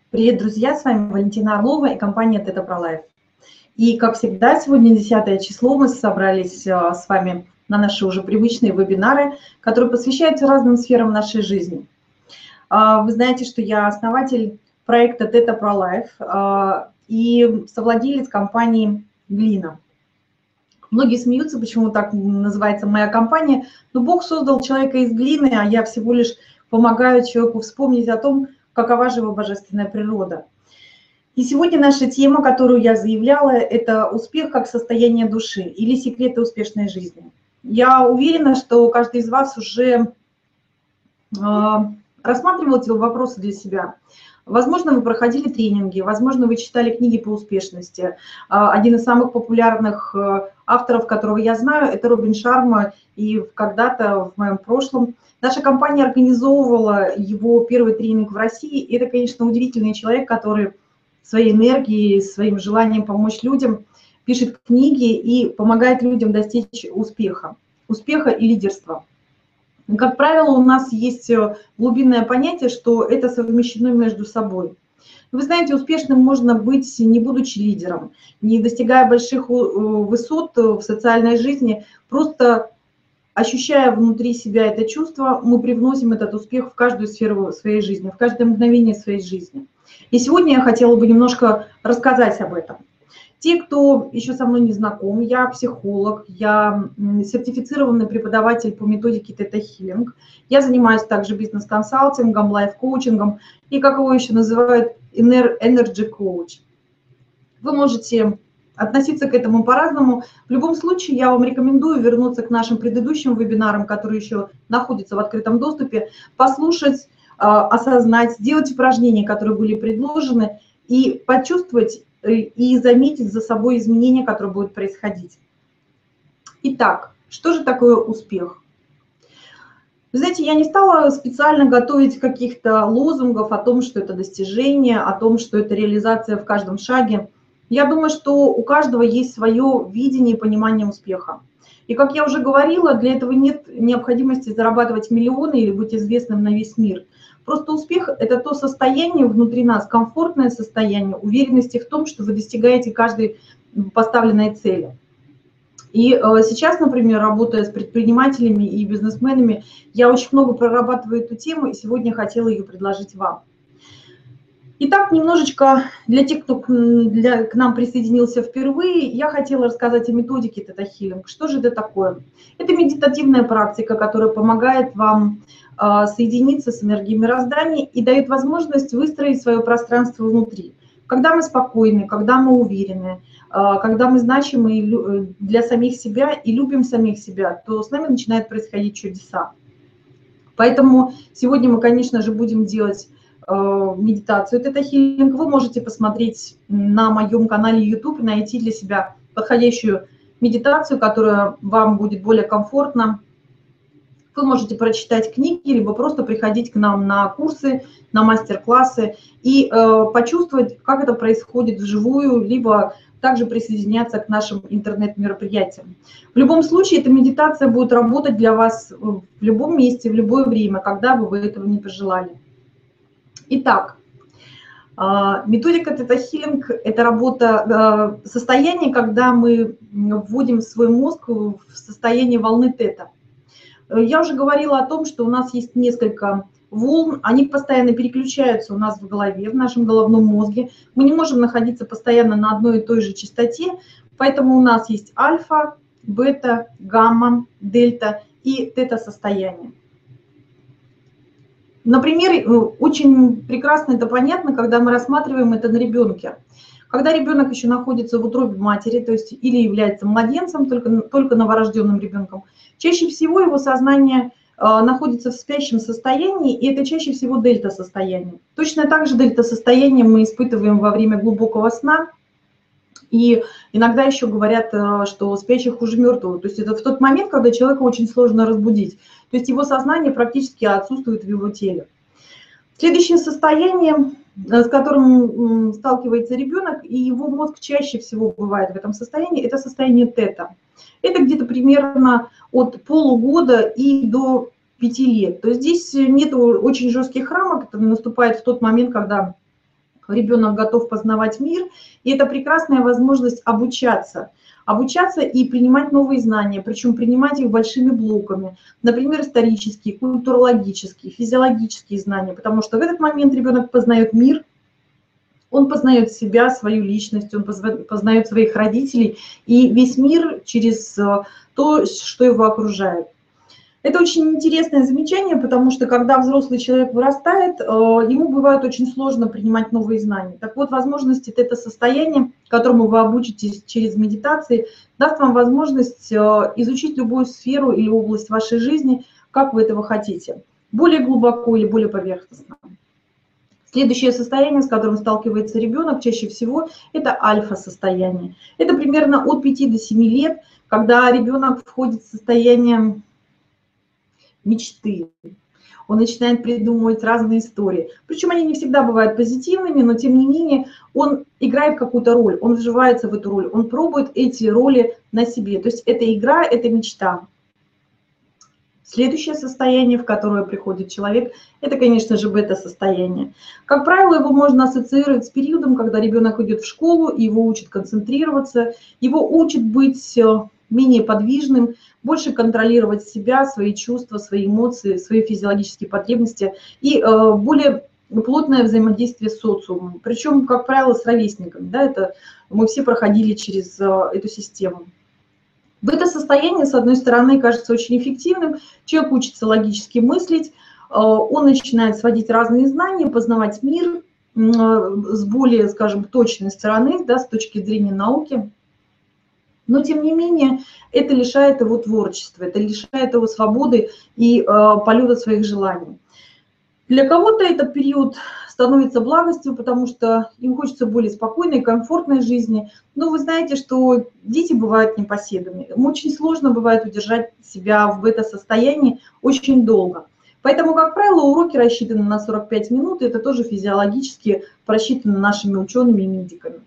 Привет, друзья! С вами Валентина Орлова и компания Theta Pro Life. И, как всегда, сегодня 10 число, мы собрались с вами на наши уже привычные вебинары, которые посвящаются разным сферам нашей жизни. Вы знаете, что я основатель проекта Theta Pro Life и совладелец компании Глина. Многие смеются, почему так называется моя компания, но Бог создал человека из глины, а я всего лишь помогаю человеку вспомнить о том, какова же его божественная природа. И сегодня наша тема, которую я заявляла, это успех как состояние души или секреты успешной жизни. Я уверена, что каждый из вас уже рассматривал эти вопросы для себя. Возможно, вы проходили тренинги, возможно, вы читали книги по успешности. Один из самых популярных авторов, которого я знаю, это Робин Шарма. И когда-то в моем прошлом наша компания организовывала его первый тренинг в России. И это, конечно, удивительный человек, который своей энергией, своим желанием помочь людям пишет книги и помогает людям достичь успеха и лидерства. Как правило, у нас есть глубинное понятие, что это совмещено между собой. Вы знаете, успешным можно быть, не будучи лидером, не достигая больших высот в социальной жизни, просто ощущая внутри себя это чувство, мы привносим этот успех в каждую сферу своей жизни, в каждое мгновение своей жизни. И сегодня я хотела бы немножко рассказать об этом. Те, кто еще со мной не знаком, я психолог, я сертифицированный преподаватель по методике Theta Healing. Я занимаюсь также бизнес-консалтингом, лайф-коучингом и, как его еще называют, Energy Coach. Вы можете относиться к этому по-разному. В любом случае, я вам рекомендую вернуться к нашим предыдущим вебинарам, которые еще находятся в открытом доступе, послушать, осознать, сделать упражнения, которые были предложены, и почувствовать и заметить за собой изменения, которые будут происходить. Итак, что же такое успех? Вы знаете, я не стала специально готовить каких-то лозунгов о том, что это достижение, о том, что это реализация в каждом шаге. Я думаю, что у каждого есть свое видение и понимание успеха. И, как я уже говорила, для этого нет необходимости зарабатывать миллионы или быть известным на весь мир. Просто успех – это то состояние внутри нас, комфортное состояние, уверенности в том, что вы достигаете каждой поставленной цели. И сейчас, например, работая с предпринимателями и бизнесменами, я очень много прорабатываю эту тему, и сегодня хотела ее предложить вам. Итак, немножечко для тех, кто к нам присоединился впервые, я хотела рассказать о методике Theta Healing. Что же это такое? Это медитативная практика, которая помогает вам соединиться с энергией мироздания и дает возможность выстроить свое пространство внутри. Когда мы спокойны, когда мы уверены, когда мы значимы для самих себя и любим самих себя, то с нами начинают происходить чудеса. Поэтому сегодня мы, конечно же, будем делать медитацию Theta Healing. Вы можете посмотреть на моем канале YouTube и найти для себя подходящую медитацию, которая вам будет более комфортна. Вы можете прочитать книги, либо просто приходить к нам на курсы, на мастер-классы и почувствовать, как это происходит вживую, либо также присоединяться к нашим интернет-мероприятиям. В любом случае, эта медитация будет работать для вас в любом месте, в любое время, когда бы вы этого не пожелали. Итак, методика Theta Healing – это работа, состояние, когда мы вводим свой мозг в состояние волны тета. Я уже говорила о том, что у нас есть несколько волн, они постоянно переключаются у нас в голове, в нашем головном мозге. Мы не можем находиться постоянно на одной и той же частоте, поэтому у нас есть альфа, бета, гамма, дельта и тета-состояние. Например, очень прекрасно это понятно, когда мы рассматриваем это на ребенке. Когда ребенок еще находится в утробе матери, то есть или является младенцем, только новорожденным ребенком, чаще всего его сознание находится в спящем состоянии, и это чаще всего дельта-состояние. Точно так же дельта-состояние мы испытываем во время глубокого сна, и иногда еще говорят, что спящих хуже мертвого. То есть это в тот момент, когда человека очень сложно разбудить. То есть его сознание практически отсутствует в его теле. Следующее состояние, с которым сталкивается ребенок, и его мозг чаще всего бывает в этом состоянии, это состояние тета. Это где-то примерно от полугода и до 5 лет. То есть здесь нет очень жестких рамок, это наступает в тот момент, когда ребенок готов познавать мир, и это прекрасная возможность обучаться. Обучаться и принимать новые знания, причем принимать их большими блоками. Например, исторические, культурологические, физиологические знания, потому что в этот момент ребенок познает мир, он познает себя, свою личность, он познает своих родителей и весь мир через то, что его окружает. Это очень интересное замечание, потому что когда взрослый человек вырастает, ему бывает очень сложно принимать новые знания. Так вот, возможность тета-состояния, которому вы обучитесь через медитации, даст вам возможность изучить любую сферу или область вашей жизни, как вы этого хотите. Более глубоко или более поверхностно. Следующее состояние, с которым сталкивается ребенок чаще всего, это альфа-состояние. Это примерно от 5 до 7 лет, когда ребенок входит в состояние мечты. Он начинает придумывать разные истории. Причем они не всегда бывают позитивными, но тем не менее он играет какую-то роль, он вживается в эту роль, он пробует эти роли на себе. То есть это игра, это мечта. Следующее состояние, в которое приходит человек, это, конечно же, бета-состояние. Как правило, его можно ассоциировать с периодом, когда ребенок идет в школу, его учат концентрироваться, его учат быть менее подвижным, больше контролировать себя, свои чувства, свои эмоции, свои физиологические потребности и более плотное взаимодействие с социумом. Причем, как правило, с ровесниками. Да, это мы все проходили через эту систему. Бета-состояние, с одной стороны, кажется очень эффективным. Человек учится логически мыслить, он начинает сводить разные знания, познавать мир с более, скажем, точной стороны, да, с точки зрения науки. Но, тем не менее, это лишает его творчества, это лишает его свободы и полета своих желаний. Для кого-то этот период становится благостью, потому что им хочется более спокойной, комфортной жизни. Но вы знаете, что дети бывают непоседами. Им очень сложно бывает удержать себя в бета-состоянии очень долго. Поэтому, как правило, уроки рассчитаны на 45 минут, и это тоже физиологически просчитано нашими учеными и медиками.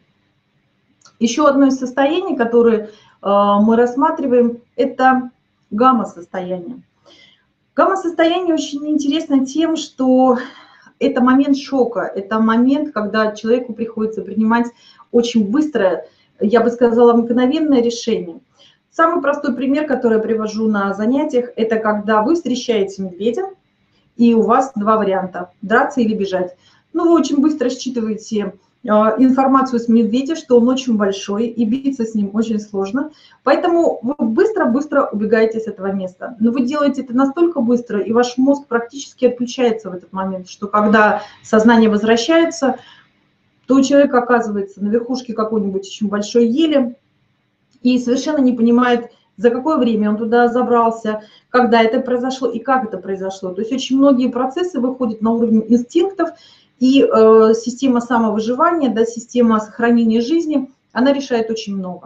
Еще одно из состояний, которые мы рассматриваем, это гамма-состояние. Гамма-состояние очень интересно тем, что это момент шока, это момент, когда человеку приходится принимать очень быстрое, я бы сказала, мгновенное решение. Самый простой пример, который я привожу на занятиях, это когда вы встречаете медведя, и у вас два варианта – драться или бежать. Ну, вы очень быстро считываете информацию с медведя, что он очень большой, и биться с ним очень сложно. Поэтому вы быстро-быстро убегаете с этого места. Но вы делаете это настолько быстро, и ваш мозг практически отключается в этот момент, что когда сознание возвращается, то человек оказывается на верхушке какой-нибудь очень большой ели и совершенно не понимает, за какое время он туда забрался, когда это произошло и как это произошло. То есть очень многие процессы выходят на уровень инстинктов, и система самовыживания, да, система сохранения жизни, она решает очень много.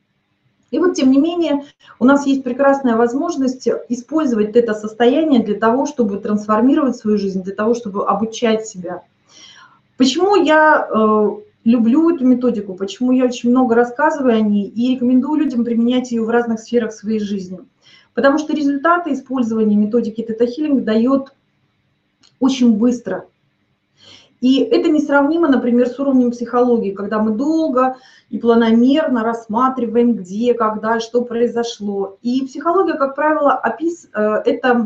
И вот, тем не менее, у нас есть прекрасная возможность использовать это состояние для того, чтобы трансформировать свою жизнь, для того, чтобы обучать себя. Почему я люблю эту методику, почему я очень много рассказываю о ней и рекомендую людям применять ее в разных сферах своей жизни? Потому что результаты использования методики тета-хилинг дает очень быстро. И это несравнимо, например, с уровнем психологии, когда мы долго и планомерно рассматриваем, где, когда, что произошло. И психология, как правило, это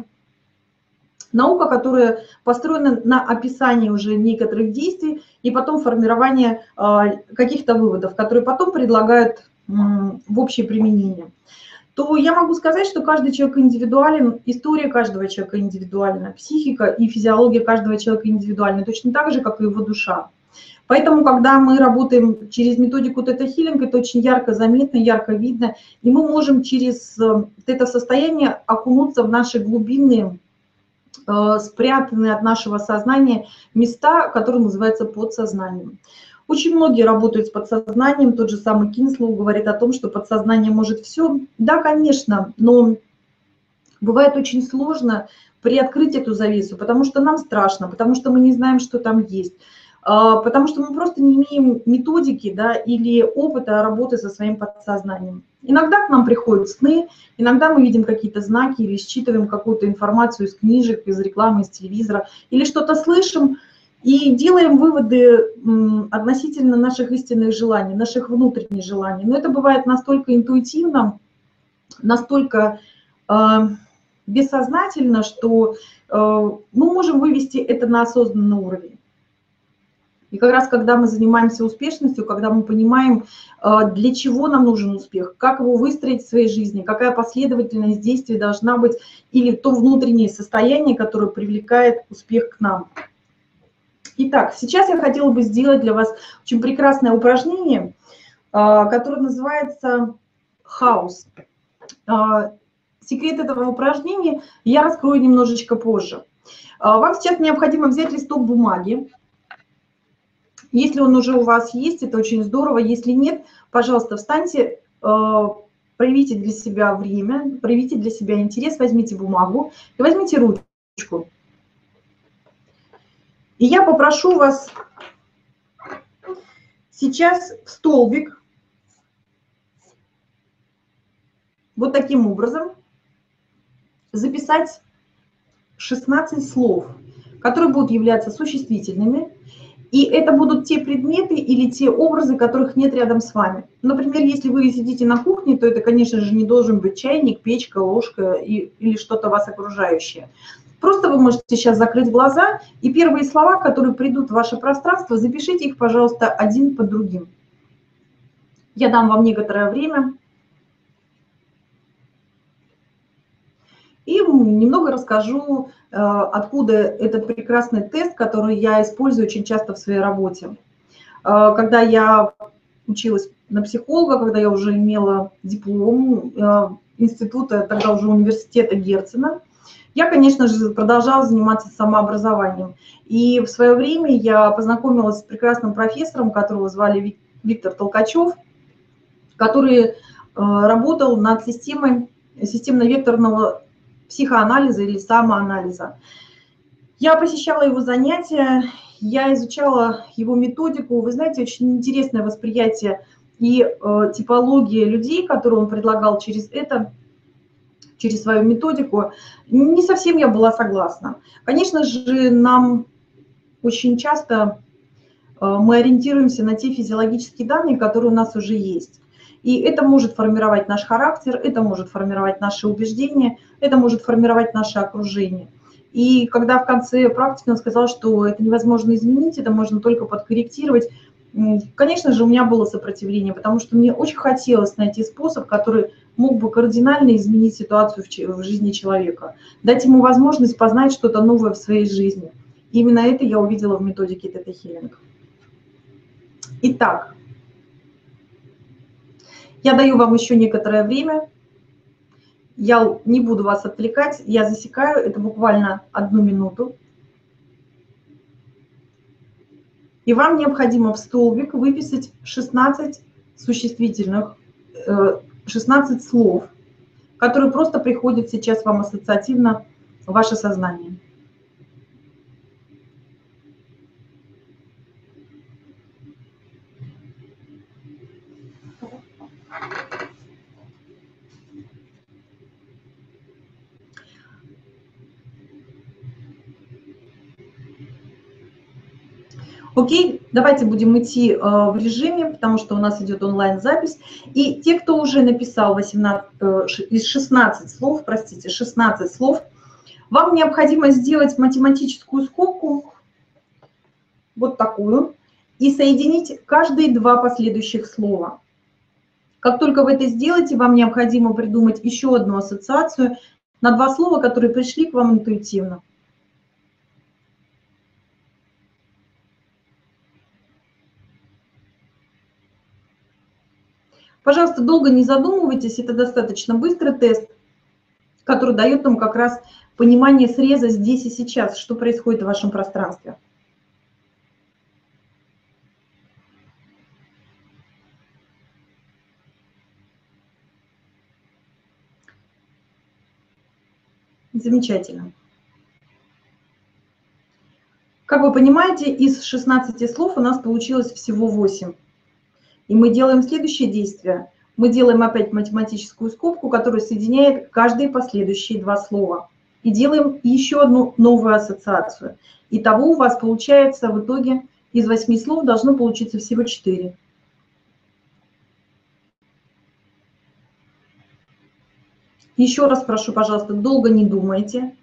наука, которая построена на описании уже некоторых действий и потом формирование каких-то выводов, которые потом предлагают в общее применение. То я могу сказать, что каждый человек индивидуален, история каждого человека индивидуальна, психика и физиология каждого человека индивидуальны, точно так же, как и его душа. Поэтому, когда мы работаем через методику тета-хилинг, это очень ярко заметно, ярко видно, и мы можем через это состояние окунуться в наши глубинные, спрятанные от нашего сознания места, которые называются подсознанием. Очень многие работают с подсознанием, тот же самый Кинслоу говорит о том, что подсознание может все. Да, конечно, но бывает очень сложно приоткрыть эту завесу, потому что нам страшно, потому что мы не знаем, что там есть, потому что мы просто не имеем методики, да, или опыта работы со своим подсознанием. Иногда к нам приходят сны, иногда мы видим какие-то знаки или считываем какую-то информацию из книжек, из рекламы, из телевизора, или что-то слышим, И делаем выводы относительно наших истинных желаний, наших внутренних желаний. Но это бывает настолько интуитивно, настолько бессознательно, что мы можем вывести это на осознанный уровень. И как раз когда мы занимаемся успешностью, когда мы понимаем, для чего нам нужен успех, как его выстроить в своей жизни, какая последовательность действий должна быть, или то внутреннее состояние, которое привлекает успех к нам. Итак, сейчас я хотела бы сделать для вас очень прекрасное упражнение, которое называется «Хаос». Секрет этого упражнения я раскрою немножечко позже. Вам сейчас необходимо взять листок бумаги. Если он уже у вас есть, это очень здорово. Если нет, пожалуйста, встаньте, проявите для себя время, проявите для себя интерес, возьмите бумагу и возьмите ручку. И я попрошу вас сейчас в столбик вот таким образом записать 16 слов, которые будут являться существительными. И это будут те предметы или те образы, которых нет рядом с вами. Например, если вы сидите на кухне, то это, конечно же, не должен быть чайник, печка, ложка или что-то вас окружающее. Просто вы можете сейчас закрыть глаза, и первые слова, которые придут в ваше пространство, запишите их, пожалуйста, один под другим. Я дам вам некоторое время. И немного расскажу, откуда этот прекрасный тест, который я использую очень часто в своей работе. Когда я училась на психолога, когда я уже имела диплом института, тогда уже университета Герцена, я, конечно же, продолжала заниматься самообразованием. И в свое время я познакомилась с прекрасным профессором, которого звали Виктор Толкачев, который работал над системно-векторного психоанализа или самоанализа. Я посещала его занятия, я изучала его методику. Вы знаете, очень интересное восприятие и типология людей, которую он предлагал через свою методику. Не совсем я была согласна. Конечно же, нам очень часто мы ориентируемся на те физиологические данные, которые у нас уже есть. И это может формировать наш характер, это может формировать наши убеждения, это может формировать наше окружение. И когда в конце практики он сказал, что это невозможно изменить, это можно только подкорректировать, конечно же, у меня было сопротивление, потому что мне очень хотелось найти способ, который мог бы кардинально изменить ситуацию в жизни человека, дать ему возможность познать что-то новое в своей жизни. И именно это я увидела в методике Theta Healing. Итак, я даю вам еще некоторое время. Я не буду вас отвлекать, я засекаю, это буквально 1 минуту. И вам необходимо в столбик выписать 16 существительных, 16 слов, которые просто приходят сейчас вам ассоциативно в ваше сознание. Окей, давайте будем идти в режиме, потому что у нас идет онлайн-запись. И те, кто уже написал 16 слов, вам необходимо сделать математическую скобку, вот такую, и соединить каждые 2 последующих слова. Как только вы это сделаете, вам необходимо придумать еще одну ассоциацию на 2 слова, которые пришли к вам интуитивно. Пожалуйста, долго не задумывайтесь, это достаточно быстрый тест, который дает нам как раз понимание среза здесь и сейчас, что происходит в вашем пространстве. Замечательно. Как вы понимаете, из 16 слов у нас получилось всего 8. И мы делаем следующее действие. Мы делаем опять математическую скобку, которая соединяет каждые последующие 2 слова. и делаем еще одну новую ассоциацию. Итого у вас получается в итоге из 8 слов должно получиться всего 4. Еще раз прошу, пожалуйста, долго не думайте.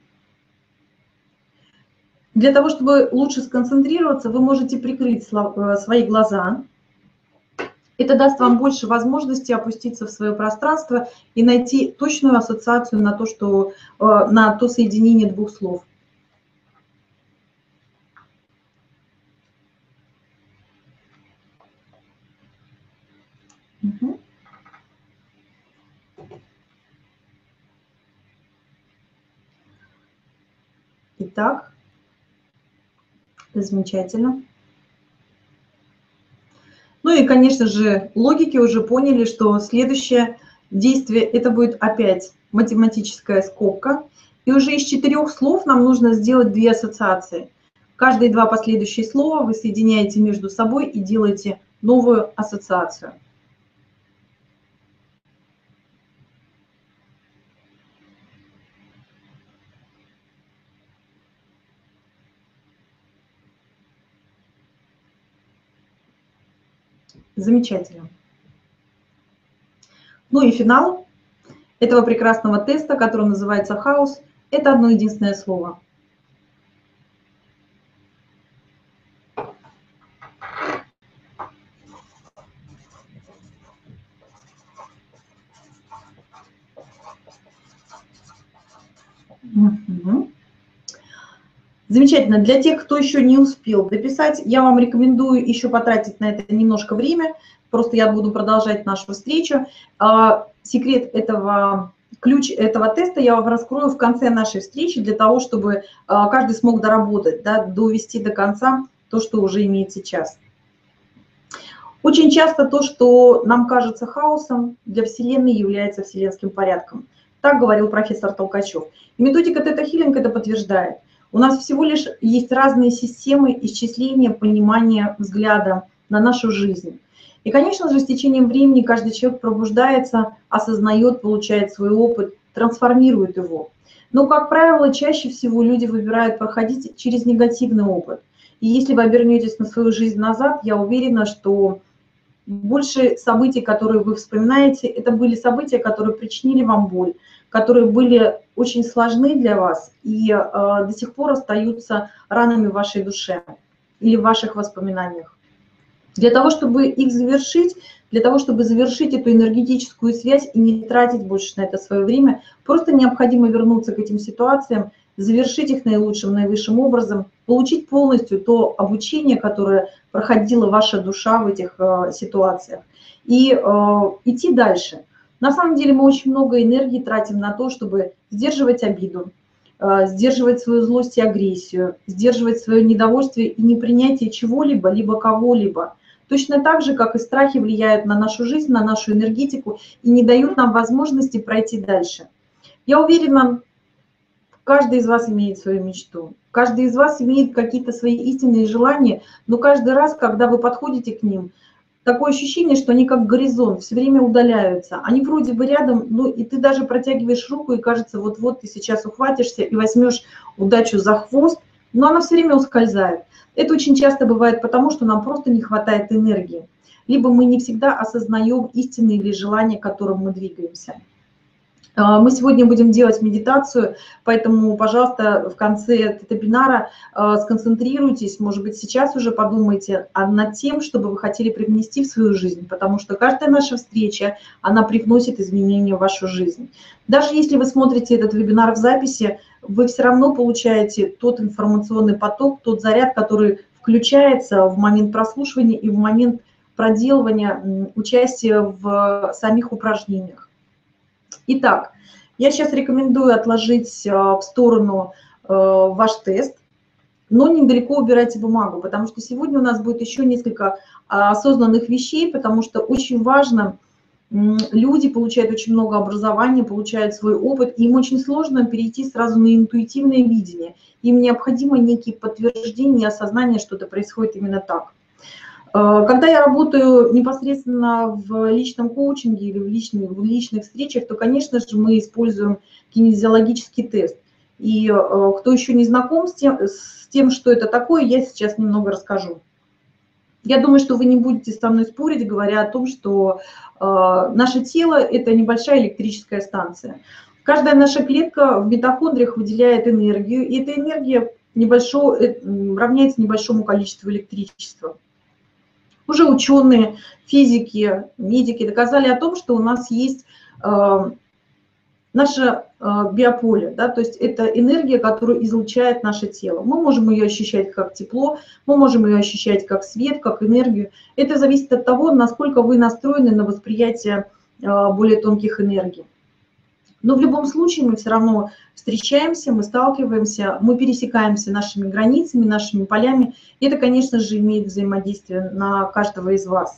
Для того, чтобы лучше сконцентрироваться, вы можете прикрыть свои глаза. Это даст вам больше возможности опуститься в свое пространство и найти точную ассоциацию на то соединение двух слов. Угу. Итак, замечательно. Ну и, конечно же, логики уже поняли, что следующее действие это будет опять математическая скобка. И уже из 4 слов нам нужно сделать 2 ассоциации. Каждые 2 последующие слова вы соединяете между собой и делаете новую ассоциацию. Замечательно. Ну и финал этого прекрасного теста, который называется хаос, это одно единственное слово. Угу. Замечательно. Для тех, кто еще не успел дописать, я вам рекомендую еще потратить на это немножко время. Просто я буду продолжать нашу встречу. Секрет ключ этого теста я вам раскрою в конце нашей встречи, для того, чтобы каждый смог доработать, да, довести до конца то, что уже имеет сейчас. Очень часто то, что нам кажется хаосом, для Вселенной является вселенским порядком. Так говорил профессор Толкачев. И методика тета-хилинг это подтверждает. У нас всего лишь есть разные системы исчисления, понимания, взгляда на нашу жизнь. И, конечно же, с течением времени каждый человек пробуждается, осознает, получает свой опыт, трансформирует его. Но, как правило, чаще всего люди выбирают проходить через негативный опыт. И если вы обернетесь на свою жизнь назад, я уверена, что больше событий, которые вы вспоминаете, это были события, которые причинили вам боль, которые были очень сложны для вас и до сих пор остаются ранами в вашей душе или в ваших воспоминаниях. Для того, чтобы их завершить, для того, чтобы завершить эту энергетическую связь и не тратить больше на это свое время, просто необходимо вернуться к этим ситуациям, завершить их наилучшим, наивысшим образом, получить полностью то обучение, которое проходила ваша душа в этих ситуациях, и идти дальше. На самом деле мы очень много энергии тратим на то, чтобы сдерживать обиду, сдерживать свою злость и агрессию, сдерживать свое недовольствие и непринятие чего-либо, либо кого-либо. Точно так же, как и страхи влияют на нашу жизнь, на нашу энергетику и не дают нам возможности пройти дальше. Я уверена, каждый из вас имеет свою мечту, каждый из вас имеет какие-то свои истинные желания, но каждый раз, когда вы подходите к ним, такое ощущение, что они как горизонт, все время удаляются. Они вроде бы рядом, ну и ты даже протягиваешь руку, и кажется, вот-вот ты сейчас ухватишься и возьмешь удачу за хвост, но она все время ускользает. Это очень часто бывает потому, что нам просто не хватает энергии. Либо мы не всегда осознаем истинные или желания, к которым мы двигаемся. Мы сегодня будем делать медитацию, поэтому, пожалуйста, в конце вебинара сконцентрируйтесь, может быть, сейчас уже подумайте над тем, что бы вы хотели привнести в свою жизнь, потому что каждая наша встреча, она привносит изменения в вашу жизнь. Даже если вы смотрите этот вебинар в записи, вы все равно получаете тот информационный поток, тот заряд, который включается в момент прослушивания и в момент проделывания участия в самих упражнениях. Итак, я сейчас рекомендую отложить в сторону ваш тест, но недалеко убирайте бумагу, потому что сегодня у нас будет еще несколько осознанных вещей, потому что очень важно, люди получают очень много образования, получают свой опыт, и им очень сложно перейти сразу на интуитивное видение. Им необходимо некие подтверждения, осознание, что это происходит именно так. Когда я работаю непосредственно в личном коучинге или в личных встречах, то, конечно же, мы используем кинезиологический тест. И кто еще не знаком с тем, что это такое, я сейчас немного расскажу. Я думаю, что вы не будете со мной спорить, говоря о том, что наше тело – это небольшая электрическая станция. Каждая наша клетка в митохондриях выделяет энергию, и эта энергия равняется небольшому количеству электричества. Уже ученые, физики, медики доказали о том, что у нас есть наше биополе, да, то есть это энергия, которую излучает наше тело. Мы можем ее ощущать как тепло, мы можем ее ощущать как свет, как энергию. Это зависит от того, насколько вы настроены на восприятие более тонких энергий. Но в любом случае мы все равно встречаемся, мы сталкиваемся, мы пересекаемся нашими границами, нашими полями. И это, конечно же, имеет взаимодействие на каждого из вас.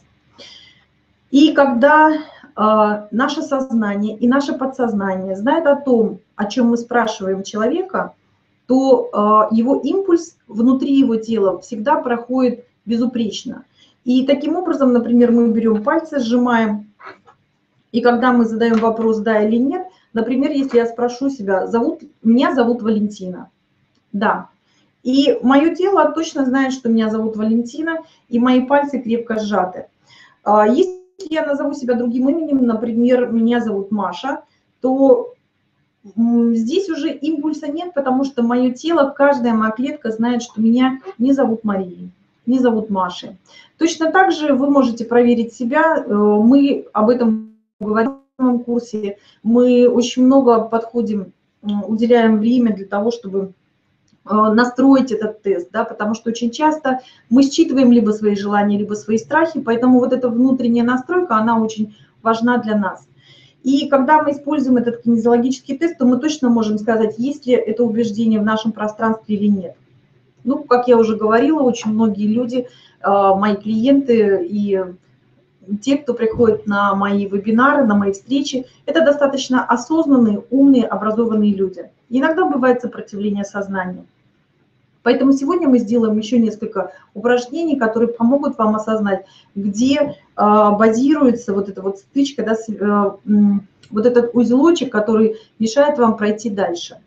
И когда наше сознание и наше подсознание знают о том, о чем мы спрашиваем человека, то его импульс внутри его тела всегда проходит безупречно. И таким образом, например, мы берем пальцы, сжимаем, и когда мы задаем вопрос «да» или «нет», например, если я спрошу себя, меня зовут Валентина, да, и мое тело точно знает, что меня зовут Валентина, и мои пальцы крепко сжаты. Если я назову себя другим именем, например, меня зовут Маша, то здесь уже импульса нет, потому что мое тело, каждая моя клетка знает, что меня не зовут Марией, не зовут Машей. Точно так же вы можете проверить себя, мы об этом говорим в курсе, мы очень много подходим, уделяем время для того, чтобы настроить этот тест, да, потому что очень часто мы считываем либо свои желания, либо свои страхи, поэтому вот эта внутренняя настройка, она очень важна для нас. И когда мы используем этот кинезиологический тест, то мы точно можем сказать, есть ли это убеждение в нашем пространстве или нет. Ну, как я уже говорила, очень многие люди, мои клиенты и те, кто приходит на мои вебинары, на мои встречи, это достаточно осознанные, умные, образованные люди. Иногда бывает сопротивление сознания. Поэтому сегодня мы сделаем еще несколько упражнений, которые помогут вам осознать, где базируется вот эта вот стычка, да, вот этот узелочек, который мешает вам пройти дальше.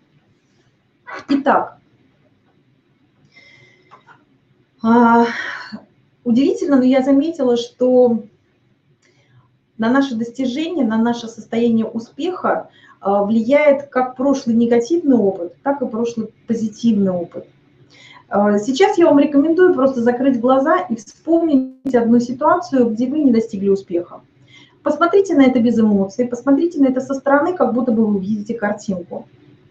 Итак, удивительно, но я заметила, что на наше достижение, на наше состояние успеха влияет как прошлый негативный опыт, так и прошлый позитивный опыт. Сейчас я вам рекомендую просто закрыть глаза и вспомнить одну ситуацию, где вы не достигли успеха. Посмотрите на это без эмоций, посмотрите на это со стороны, как будто бы вы видите картинку.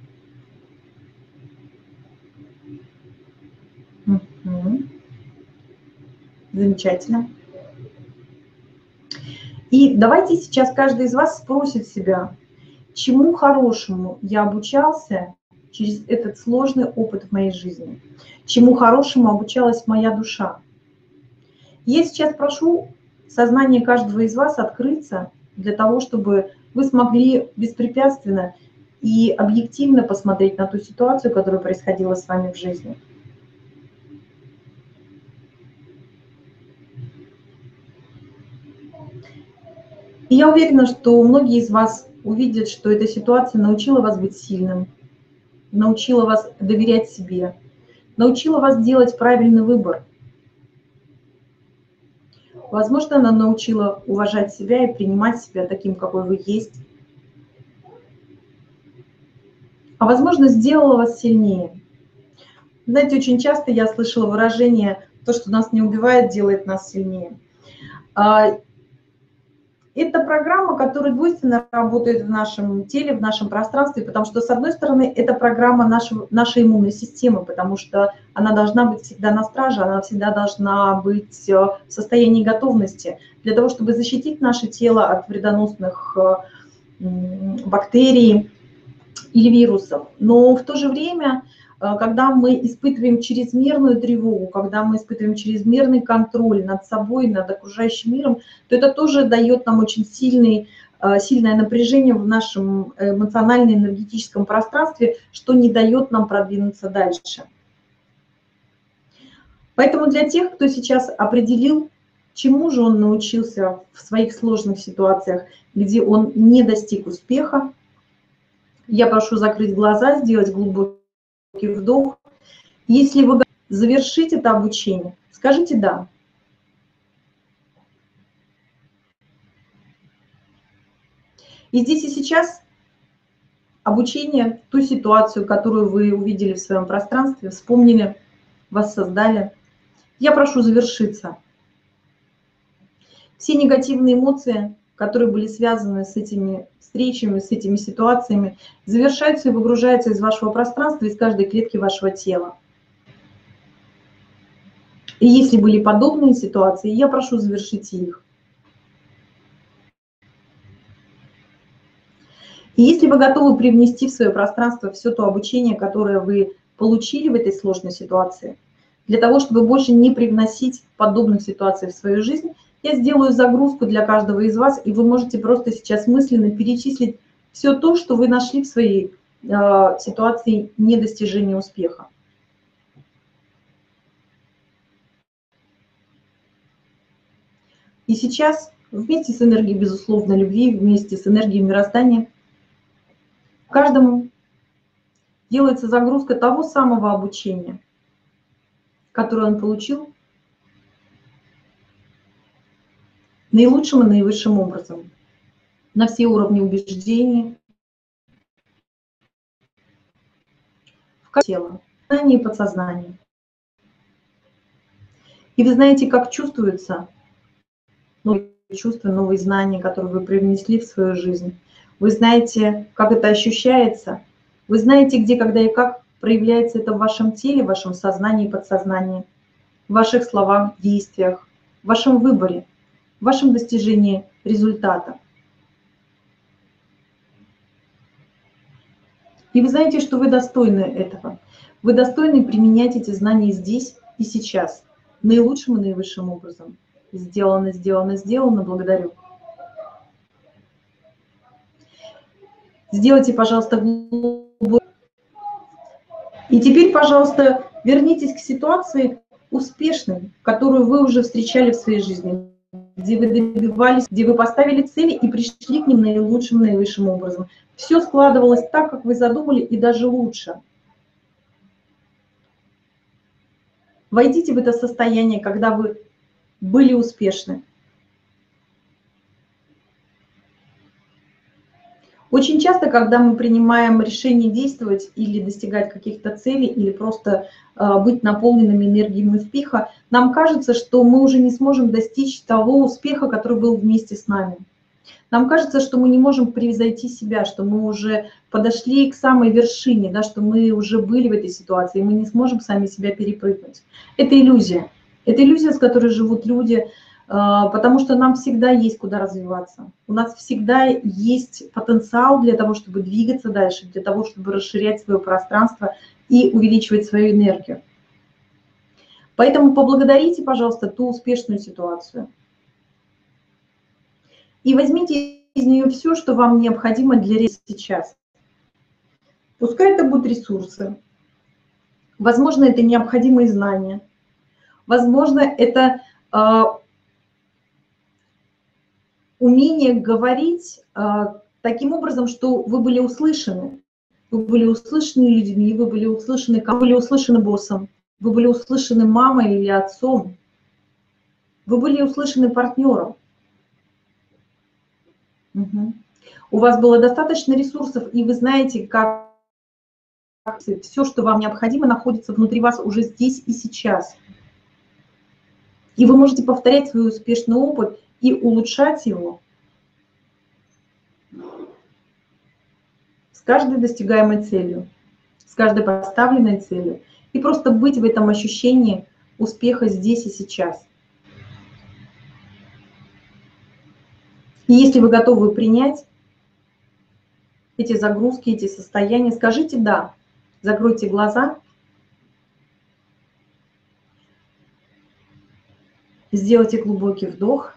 Замечательно. И давайте сейчас каждый из вас спросит себя, чему хорошему я обучался через этот сложный опыт в моей жизни, чему хорошему обучалась моя душа. Я сейчас прошу сознание каждого из вас открыться для того, чтобы вы смогли беспрепятственно и объективно посмотреть на ту ситуацию, которая происходила с вами в жизни. И я уверена, что многие из вас увидят, что эта ситуация научила вас быть сильным, научила вас доверять себе, научила вас делать правильный выбор. Возможно, она научила уважать себя и принимать себя таким, какой вы есть. А возможно, сделала вас сильнее. Знаете, очень часто я слышала выражение «то, что нас не убивает, делает нас сильнее». Это программа, которая двойственно работает в нашем теле, в нашем пространстве, потому что, с одной стороны, это программа нашей иммунной системы, потому что она должна быть всегда на страже, она всегда должна быть в состоянии готовности для того, чтобы защитить наше тело от вредоносных бактерий или вирусов. Но в то же время, когда мы испытываем чрезмерную тревогу, когда мы испытываем чрезмерный контроль над собой, над окружающим миром, то это тоже дает нам очень сильное напряжение в нашем эмоционально-энергетическом пространстве, что не дает нам продвинуться дальше. Поэтому для тех, кто сейчас определил, чему же он научился в своих сложных ситуациях, где он не достиг успеха, Я прошу закрыть глаза, сделать глубокий вдох. Если вы готовы завершить это обучение, скажите «да». И здесь и сейчас обучение, ту ситуацию, которую вы увидели в своем пространстве, вспомнили, воссоздали, я прошу завершиться. Все негативные эмоции, которые были связаны с этими встречами, с этими ситуациями, завершаются и выгружаются из вашего пространства, из каждой клетки вашего тела. И если были подобные ситуации, я прошу завершить их. И если вы готовы привнести в свое пространство все то обучение, которое вы получили в этой сложной ситуации, для того, чтобы больше не привносить подобных ситуаций в свою жизнь, я сделаю загрузку для каждого из вас, и вы можете просто сейчас мысленно перечислить все то, что вы нашли в своей ситуации недостижения успеха. И сейчас вместе с энергией безусловной любви, вместе с энергией мироздания, каждому делается загрузка того самого обучения, которое он получил наилучшим и наивысшим образом, на все уровни убеждений, в тело, сознание и подсознание. И вы знаете, как чувствуются новые чувства, новые знания, которые вы привнесли в свою жизнь. Вы знаете, как это ощущается. Вы знаете, где, когда и как проявляется это в вашем теле, в вашем сознании и подсознании, в ваших словах, действиях, в вашем выборе, в вашем достижении результата. И вы знаете, что вы достойны этого. Вы достойны применять эти знания здесь и сейчас, наилучшим и наивысшим образом. Сделано, сделано, сделано. Благодарю. Сделайте, пожалуйста, глубокий. И теперь, пожалуйста, вернитесь к ситуации успешной, которую вы уже встречали в своей жизни, где вы добивались, где вы поставили цели и пришли к ним наилучшим, наивысшим образом. Все складывалось так, как вы задумали, и даже лучше. Войдите в это состояние, когда вы были успешны. Очень часто, когда мы принимаем решение действовать или достигать каких-то целей, или просто быть наполненными энергией успеха, нам кажется, что мы уже не сможем достичь того успеха, который был вместе с нами. Нам кажется, что мы не можем превзойти себя, что мы уже подошли к самой вершине, да, что мы уже были в этой ситуации, и мы не сможем сами себя перепрыгнуть. Это иллюзия. Это иллюзия, с которой живут люди, потому что нам всегда есть куда развиваться. У нас всегда есть потенциал для того, чтобы двигаться дальше, для того, чтобы расширять свое пространство и увеличивать свою энергию. Поэтому поблагодарите, пожалуйста, ту успешную ситуацию. И возьмите из нее все, что вам необходимо для сейчас. Пускай это будут ресурсы, возможно, это необходимые знания, возможно, это умение говорить таким образом, что вы были услышаны. Вы были услышаны людьми, вы были услышаны боссом, вы были услышаны мамой или отцом, вы были услышаны партнером. Угу. У вас было достаточно ресурсов, и вы знаете, как все, что вам необходимо, находится внутри вас уже здесь и сейчас. И вы можете повторять свой успешный опыт и улучшать его с каждой достигаемой целью, с каждой поставленной целью. И просто быть в этом ощущении успеха здесь и сейчас. И если вы готовы принять эти загрузки, эти состояния, скажите «да». Закройте глаза. Сделайте глубокий вдох.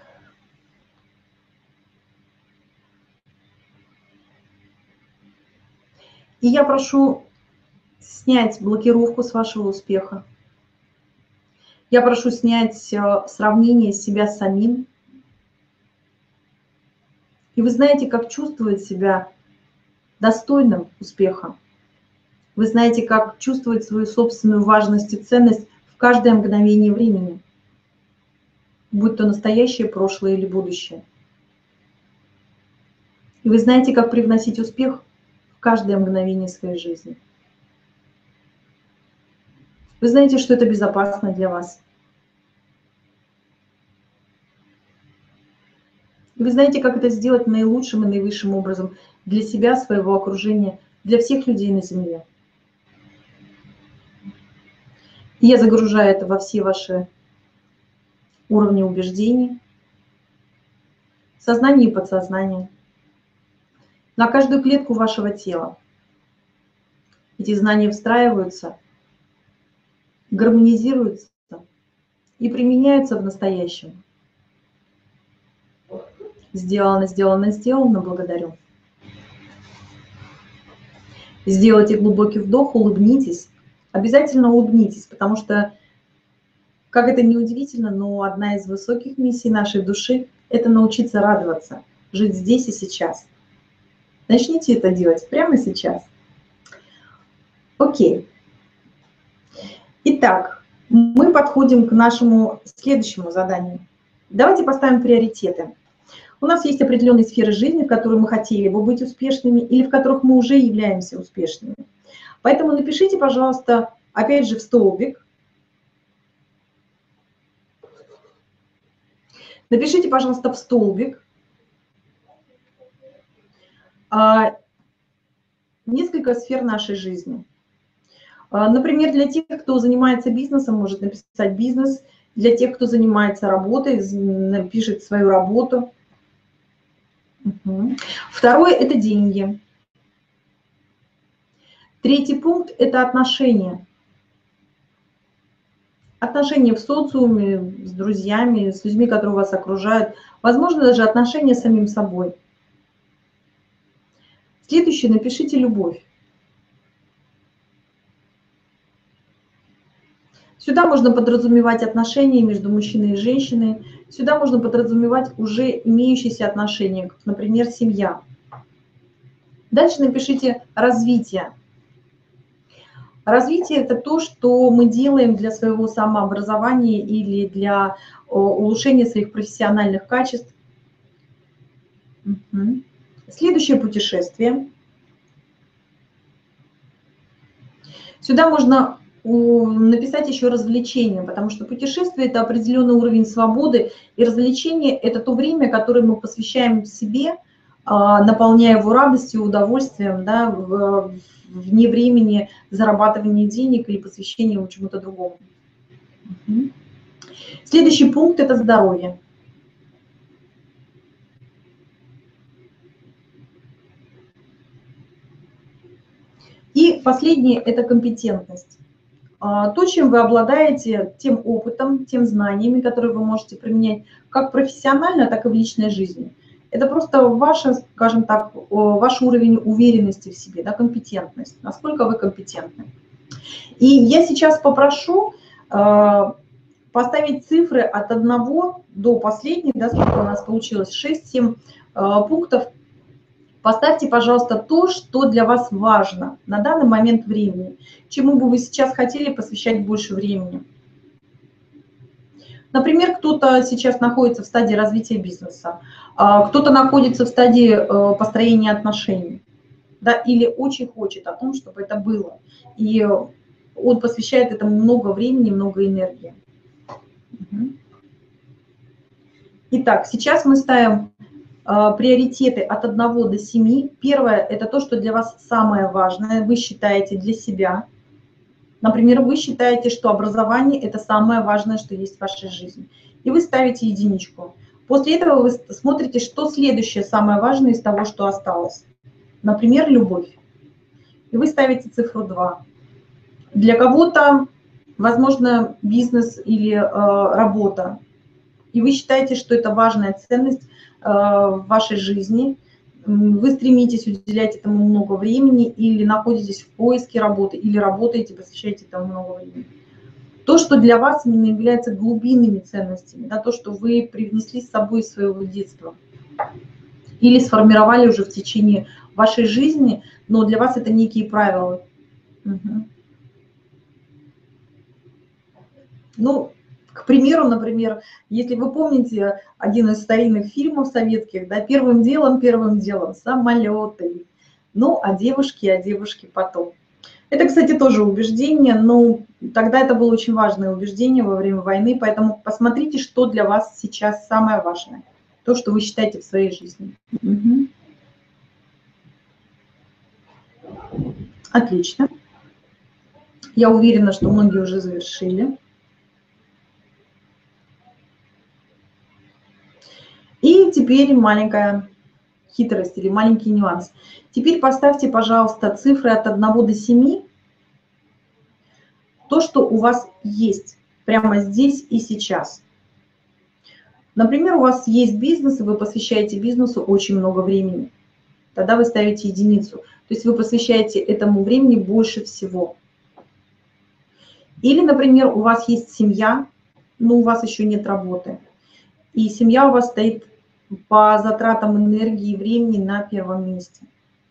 И я прошу снять блокировку с вашего успеха. Я прошу снять сравнение себя с самим. И вы знаете, как чувствовать себя достойным успеха. Вы знаете, как чувствовать свою собственную важность и ценность в каждое мгновение времени, будь то настоящее, прошлое или будущее. И вы знаете, как привносить успех в каждое мгновение своей жизни. Вы знаете, что это безопасно для вас. И вы знаете, как это сделать наилучшим и наивысшим образом для себя, своего окружения, для всех людей на Земле. И я загружаю это во все ваши уровни убеждений, сознание и подсознание, на каждую клетку вашего тела. Эти знания встраиваются, гармонизируются и применяются в настоящем. Сделано, сделано, сделано, благодарю. Сделайте глубокий вдох, улыбнитесь. Обязательно улыбнитесь, потому что, как это ни удивительно, но одна из высоких миссий нашей души – это научиться радоваться, жить здесь и сейчас. Начните это делать прямо сейчас. Окей. Итак, мы подходим к нашему следующему заданию. Давайте поставим приоритеты. У нас есть определенные сферы жизни, в которых мы хотели бы быть успешными или в которых мы уже являемся успешными. Поэтому напишите, пожалуйста, опять же в столбик. Напишите, пожалуйста, в столбик несколько сфер нашей жизни. Например, для тех, кто занимается бизнесом, может написать бизнес. Для тех, кто занимается работой, напишет свою работу. Второе – это деньги. Третий пункт – это отношения. Отношения в социуме, с друзьями, с людьми, которые вас окружают. Возможно, даже отношения с самим собой. Следующее – напишите любовь. Сюда можно подразумевать отношения между мужчиной и женщиной. Сюда можно подразумевать уже имеющиеся отношения, как, например, семья. Дальше напишите развитие. Развитие – это то, что мы делаем для своего самообразования или для улучшения своих профессиональных качеств. Следующее путешествие. Сюда можно написать еще развлечения, потому что путешествие – это определенный уровень свободы, и развлечение – это то время, которое мы посвящаем себе, наполняя его радостью, удовольствием, да, вне времени зарабатывания денег или посвящения ему чему-то другому. Следующий пункт – это здоровье. И последнее – это компетентность. То, чем вы обладаете, тем опытом, тем знаниями, которые вы можете применять как профессионально, так и в личной жизни. Это просто ваша, скажем так, ваш уровень уверенности в себе, да, компетентность, насколько вы компетентны. И я сейчас попрошу поставить цифры от 1 до последней, да, сколько у нас получилось, 6-7 пунктов. Поставьте, пожалуйста, то, что для вас важно на данный момент времени, чему бы вы сейчас хотели посвящать больше времени. Например, кто-то сейчас находится в стадии развития бизнеса, кто-то находится в стадии построения отношений, да, или очень хочет о том, чтобы это было. И он посвящает этому много времени, много энергии. Итак, сейчас мы ставим приоритеты от 1 до 7. Первое – это то, что для вас самое важное, вы считаете для себя. Например, вы считаете, что образование – это самое важное, что есть в вашей жизни. И вы ставите единичку. После этого вы смотрите, что следующее самое важное из того, что осталось. Например, любовь. И вы ставите цифру 2. Для кого-то, возможно, бизнес или работа. И вы считаете, что это важная ценность в вашей жизни, вы стремитесь уделять этому много времени или находитесь в поиске работы, или работаете, посвящаете этому много времени. То, что для вас именно является глубинными ценностями, да, то, что вы привнесли с собой из своего детства или сформировали уже в течение вашей жизни, но для вас это некие правила. Угу. Ну, к примеру, например, если вы помните один из старинных фильмов советских, да, первым делом самолеты. Ну, а девушки потом. Это, кстати, тоже убеждение, но тогда это было очень важное убеждение во время войны, поэтому посмотрите, что для вас сейчас самое важное, то, что вы считаете в своей жизни. Угу. Отлично. Я уверена, что многие уже завершили. И теперь маленькая хитрость или маленький нюанс. Теперь поставьте, пожалуйста, цифры от 1 до 7. То, что у вас есть прямо здесь и сейчас. Например, у вас есть бизнес, и вы посвящаете бизнесу очень много времени. Тогда вы ставите единицу. То есть вы посвящаете этому времени больше всего. Или, например, у вас есть семья, но у вас еще нет работы. И семья у вас стоит по затратам энергии и времени на первом месте.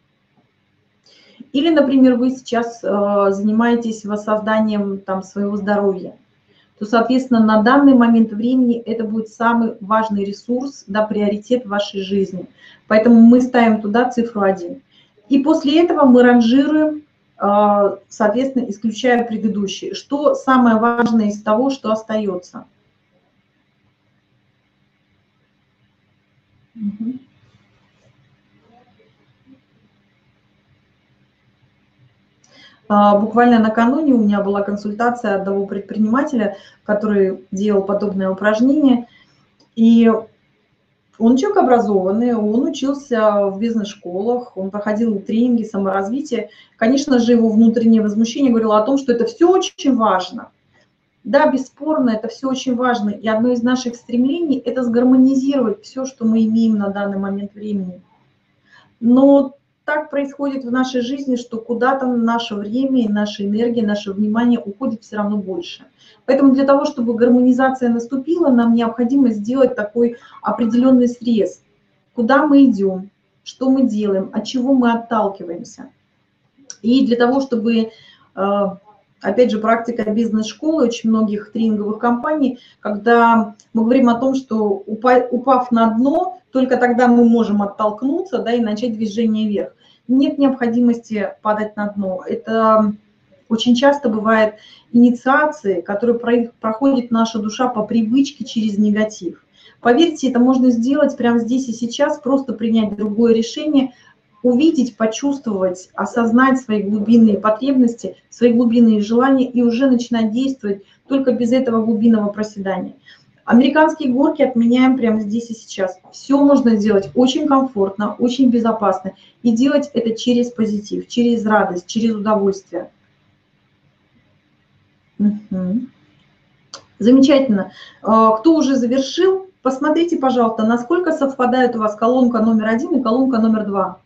Или, например, вы сейчас занимаетесь воссозданием там, своего здоровья, то, соответственно, на данный момент времени это будет самый важный ресурс, да, приоритет в вашей жизни. Поэтому мы ставим туда цифру 1. И после этого мы ранжируем, соответственно, исключая предыдущие. Что самое важное из того, что остается? Угу. Буквально накануне у меня была консультация одного предпринимателя, который делал подобное упражнение. И он человек образованный, он учился в бизнес-школах, он проходил тренинги саморазвития. Конечно же, его внутреннее возмущение говорило о том, что это все очень важно. Да, бесспорно, это все очень важно. И одно из наших стремлений – это сгармонизировать все, что мы имеем на данный момент времени. Но так происходит в нашей жизни, что куда-то наше время, наша энергия, наше внимание уходит все равно больше. Поэтому для того, чтобы гармонизация наступила, нам необходимо сделать такой определенный срез. Куда мы идем, что мы делаем, от чего мы отталкиваемся. И для того, чтобы, опять же, практика бизнес-школы очень многих тренинговых компаний, когда мы говорим о том, что упав на дно, только тогда мы можем оттолкнуться, да, и начать движение вверх. Нет необходимости падать на дно. Это очень часто бывает инициации, которые проходит наша душа по привычке через негатив. Поверьте, это можно сделать прямо здесь и сейчас, просто принять другое решение, увидеть, почувствовать, осознать свои глубинные потребности, свои глубинные желания и уже начинать действовать только без этого глубинного проседания. Американские горки отменяем прямо здесь и сейчас. Все можно сделать очень комфортно, очень безопасно. И делать это через позитив, через радость, через удовольствие. Угу. Замечательно. Кто уже завершил, посмотрите, пожалуйста, насколько совпадает у вас колонка номер 1 и колонка номер 2.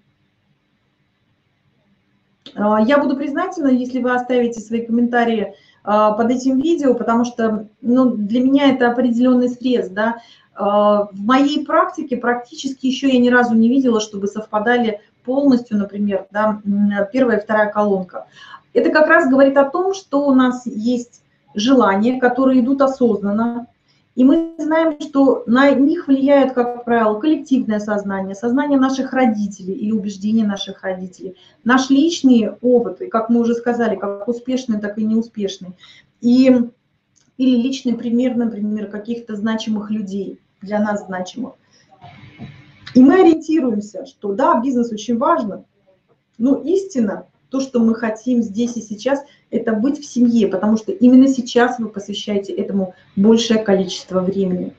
Я буду признательна, если вы оставите свои комментарии под этим видео, потому что для меня это определенный срез. Да? В моей практике практически еще я ни разу не видела, чтобы совпадали полностью, например, да, первая и вторая колонка. Это как раз говорит о том, что у нас есть желания, которые идут осознанно, и мы знаем, что на них влияет, как правило, коллективное сознание, сознание наших родителей или убеждения наших родителей, наш личный опыт, и, как мы уже сказали, как успешный, так и неуспешный, или личный пример, например, каких-то значимых людей, для нас значимых. И мы ориентируемся, что да, бизнес очень важно, но истина, то, что мы хотим здесь и сейчас, это быть в семье, потому что именно сейчас вы посвящаете этому большее количество времени.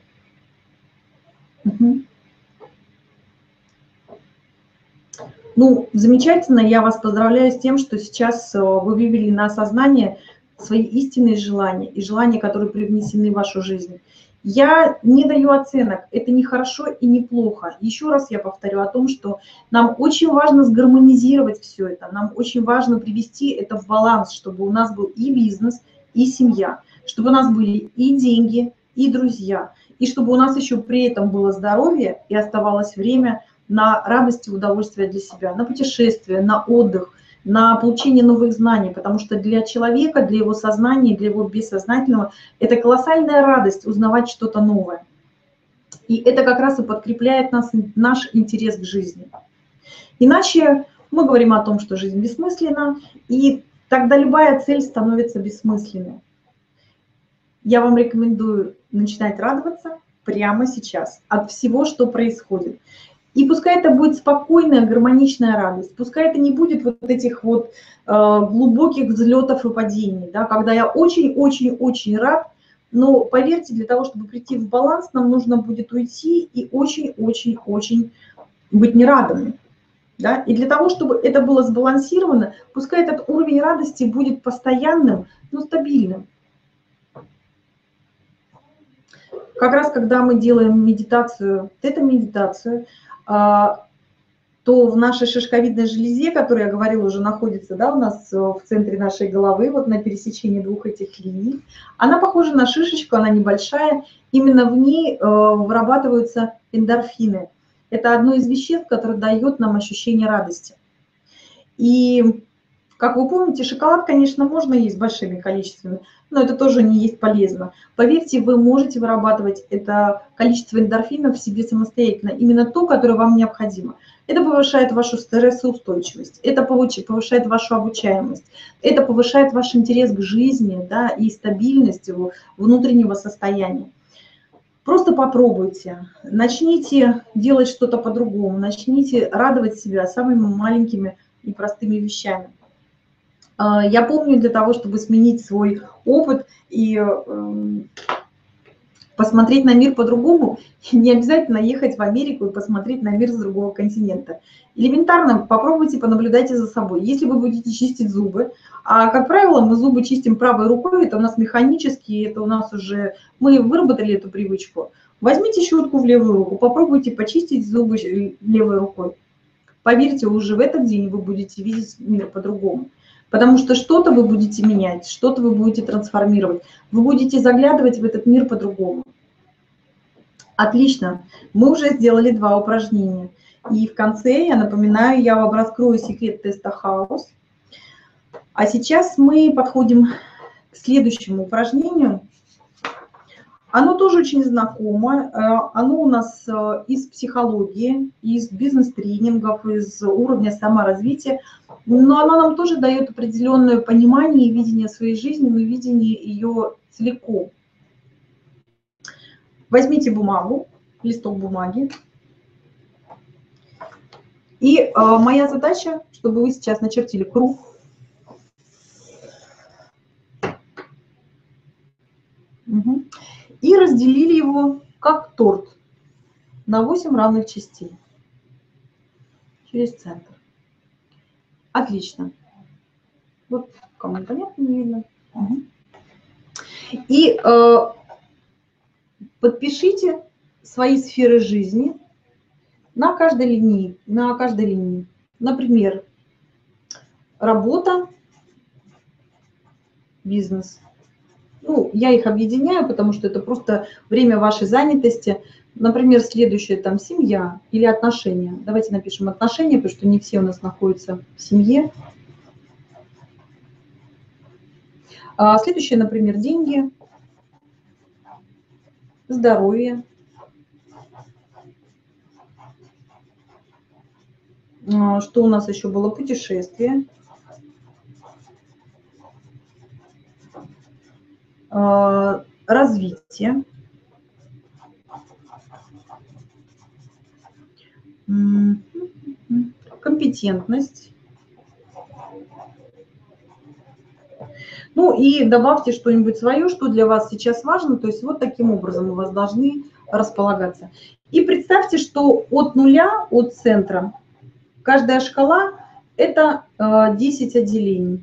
Угу. Ну, замечательно, я вас поздравляю с тем, что сейчас вы вывели на сознание свои истинные желания и желания, которые привнесены в вашу жизнь. Я не даю оценок, это не хорошо и не плохо. Еще раз я повторю о том, что нам очень важно сгармонизировать все это, нам очень важно привести это в баланс, чтобы у нас был и бизнес, и семья, чтобы у нас были и деньги, и друзья, и чтобы у нас еще при этом было здоровье и оставалось время на радость и удовольствие для себя, на путешествие, на отдых, на получение новых знаний, потому что для человека, для его сознания, для его бессознательного это колоссальная радость узнавать что-то новое. И это как раз и подкрепляет наш интерес к жизни. Иначе мы говорим о том, что жизнь бессмысленна, и тогда любая цель становится бессмысленной. Я вам рекомендую начинать радоваться прямо сейчас от всего, что происходит. И пускай это будет спокойная, гармоничная радость, пускай это не будет вот этих вот глубоких взлетов и падений, да, когда я очень-очень-очень рад, но поверьте, для того, чтобы прийти в баланс, нам нужно будет уйти и очень-очень-очень быть нерадостными. Да? И для того, чтобы это было сбалансировано, пускай этот уровень радости будет постоянным, но стабильным. Как раз когда мы делаем медитацию, тета-медитацию, то в нашей шишковидной железе, которая, я говорила, уже находится, да, у нас в центре нашей головы, вот на пересечении двух этих линий, она похожа на шишечку, она небольшая, именно в ней вырабатываются эндорфины. Это одно из веществ, которое дает нам ощущение радости. И, как вы помните, шоколад, конечно, можно есть большими количествами, но это тоже не есть полезно. Поверьте, вы можете вырабатывать это количество эндорфинов в себе самостоятельно, именно то, которое вам необходимо. Это повышает вашу стрессоустойчивость, это повышает вашу обучаемость, это повышает ваш интерес к жизни, да, и стабильность его внутреннего состояния. Просто попробуйте, начните делать что-то по-другому, начните радовать себя самыми маленькими и простыми вещами. Я помню, для того, чтобы сменить свой опыт и посмотреть на мир по-другому, не обязательно ехать в Америку и посмотреть на мир с другого континента. Элементарно попробуйте, понаблюдайте за собой. Если вы будете чистить зубы, а, как правило, мы зубы чистим правой рукой, это у нас механически, это у нас уже, мы выработали эту привычку. Возьмите щетку в левую руку, попробуйте почистить зубы левой рукой. Поверьте, уже в этот день вы будете видеть мир по-другому. Потому что что-то вы будете менять, что-то вы будете трансформировать. Вы будете заглядывать в этот мир по-другому. Отлично. Мы уже сделали 2 упражнения. И в конце, я напоминаю, я вам раскрою секрет теста Хаус. А сейчас мы подходим к следующему упражнению. Оно тоже очень знакомо. Оно у нас из психологии, из бизнес-тренингов, из уровня саморазвития. Но оно нам тоже дает определенное понимание и видение своей жизни, но видение ее целиком. Возьмите бумагу, листок бумаги. И моя задача, чтобы вы сейчас начертили круг. Угу. И разделили его как торт на 8 равных частей через центр. Отлично. Вот кому понятно, не видно. Угу. И подпишите свои сферы жизни на каждой линии. Например, работа, бизнес. Ну, я их объединяю, потому что это просто время вашей занятости. Например, следующее там семья или отношения. Давайте напишем отношения, потому что не все у нас находятся в семье. Следующее, например, деньги, здоровье, что у нас еще было, путешествие, развитие, компетентность. Ну и добавьте что-нибудь свое, что для вас сейчас важно. То есть вот таким образом у вас должны располагаться. И представьте, что от нуля, от центра, каждая шкала – это 10 отделений.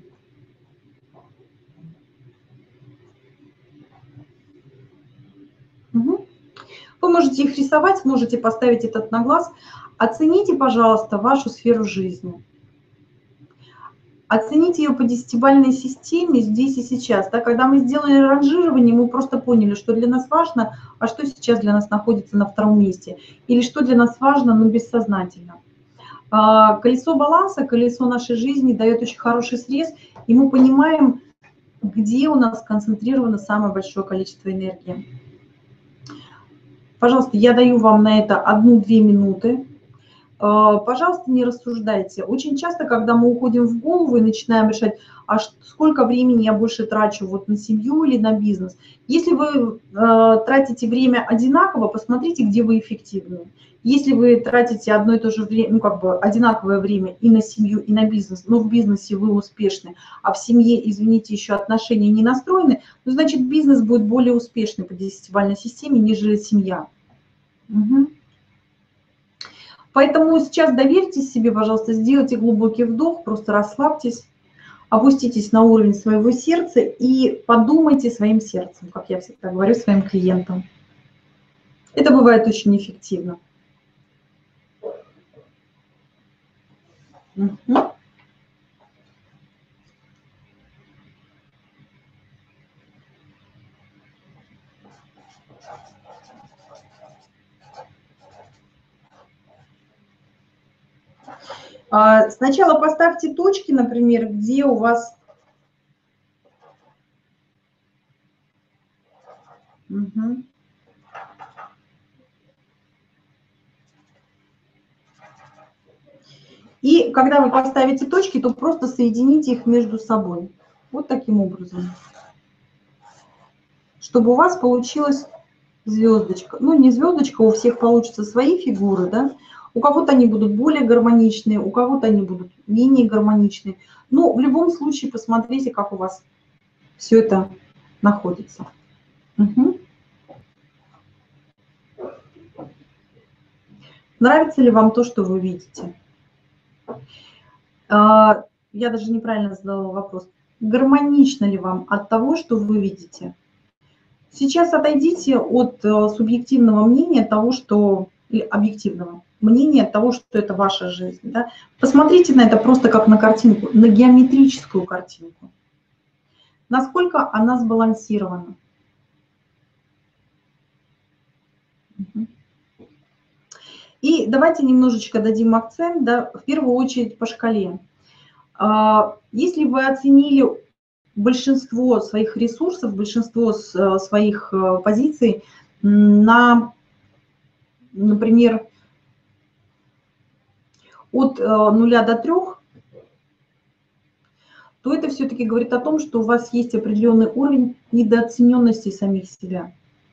Угу. Вы можете их рисовать, сможете поставить этот на глаз. Оцените, пожалуйста, вашу сферу жизни. Оцените ее по десятибалльной системе здесь и сейчас. Да? Когда мы сделали ранжирование, мы просто поняли, что для нас важно, а что сейчас для нас находится на втором месте. Или что для нас важно, но бессознательно. Колесо баланса, колесо нашей жизни дает очень хороший срез, и мы понимаем, где у нас сконцентрировано самое большое количество энергии. Пожалуйста, я даю вам на это 1-2 минуты. Пожалуйста, не рассуждайте. Очень часто, когда мы уходим в голову и начинаем решать, а сколько времени я больше трачу вот на семью или на бизнес. Если вы тратите время одинаково, посмотрите, где вы эффективны. Если вы тратите одно и то же время, ну как бы одинаковое время и на семью, и на бизнес, но в бизнесе вы успешны, а в семье, извините, еще отношения не настроены, ну, значит, бизнес будет более успешный по десятибалльной системе, нежели семья. Угу. Поэтому сейчас доверьтесь себе, пожалуйста, сделайте глубокий вдох, просто расслабьтесь, опуститесь на уровень своего сердца и подумайте своим сердцем, как я всегда говорю своим клиентам. Это бывает очень эффективно. Угу. Сначала поставьте точки, например, где у вас... Угу. И когда вы поставите точки, то просто соедините их между собой. Вот таким образом. Чтобы у вас получилась звездочка. Ну, не звездочка, у всех получатся свои фигуры, да? У кого-то они будут более гармоничные, у кого-то они будут менее гармоничные. Но в любом случае посмотрите, как у вас все это находится. Угу. Нравится ли вам то, что вы видите? Я даже неправильно задала вопрос. Гармонично ли вам от того, что вы видите? Сейчас отойдите от субъективного мнения того, что... Или объективного мнения того, что это ваша жизнь. Да? Посмотрите на это просто как на картинку, на геометрическую картинку. Насколько она сбалансирована. И давайте немножечко дадим акцент, да, в первую очередь по шкале. Если вы оценили большинство своих ресурсов, большинство своих позиций на, например, от 0 до 3, то это все-таки говорит о том, что у вас есть определенный уровень недооцененности самих себя.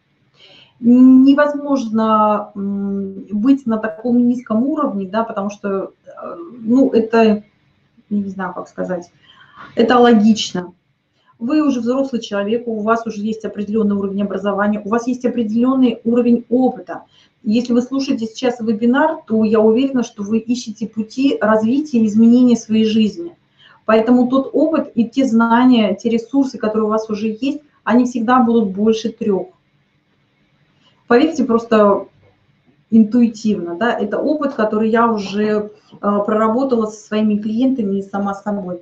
Невозможно быть на таком низком уровне, да, потому что, ну, это, не знаю, как сказать, это логично. Вы уже взрослый человек, у вас уже есть определенный уровень образования, у вас есть определенный уровень опыта. Если вы слушаете сейчас вебинар, то я уверена, что вы ищете пути развития и изменения своей жизни. Поэтому тот опыт и те знания, те ресурсы, которые у вас уже есть, они всегда будут больше 3. Поверьте, просто интуитивно, да, это опыт, который я уже проработала со своими клиентами и сама с собой.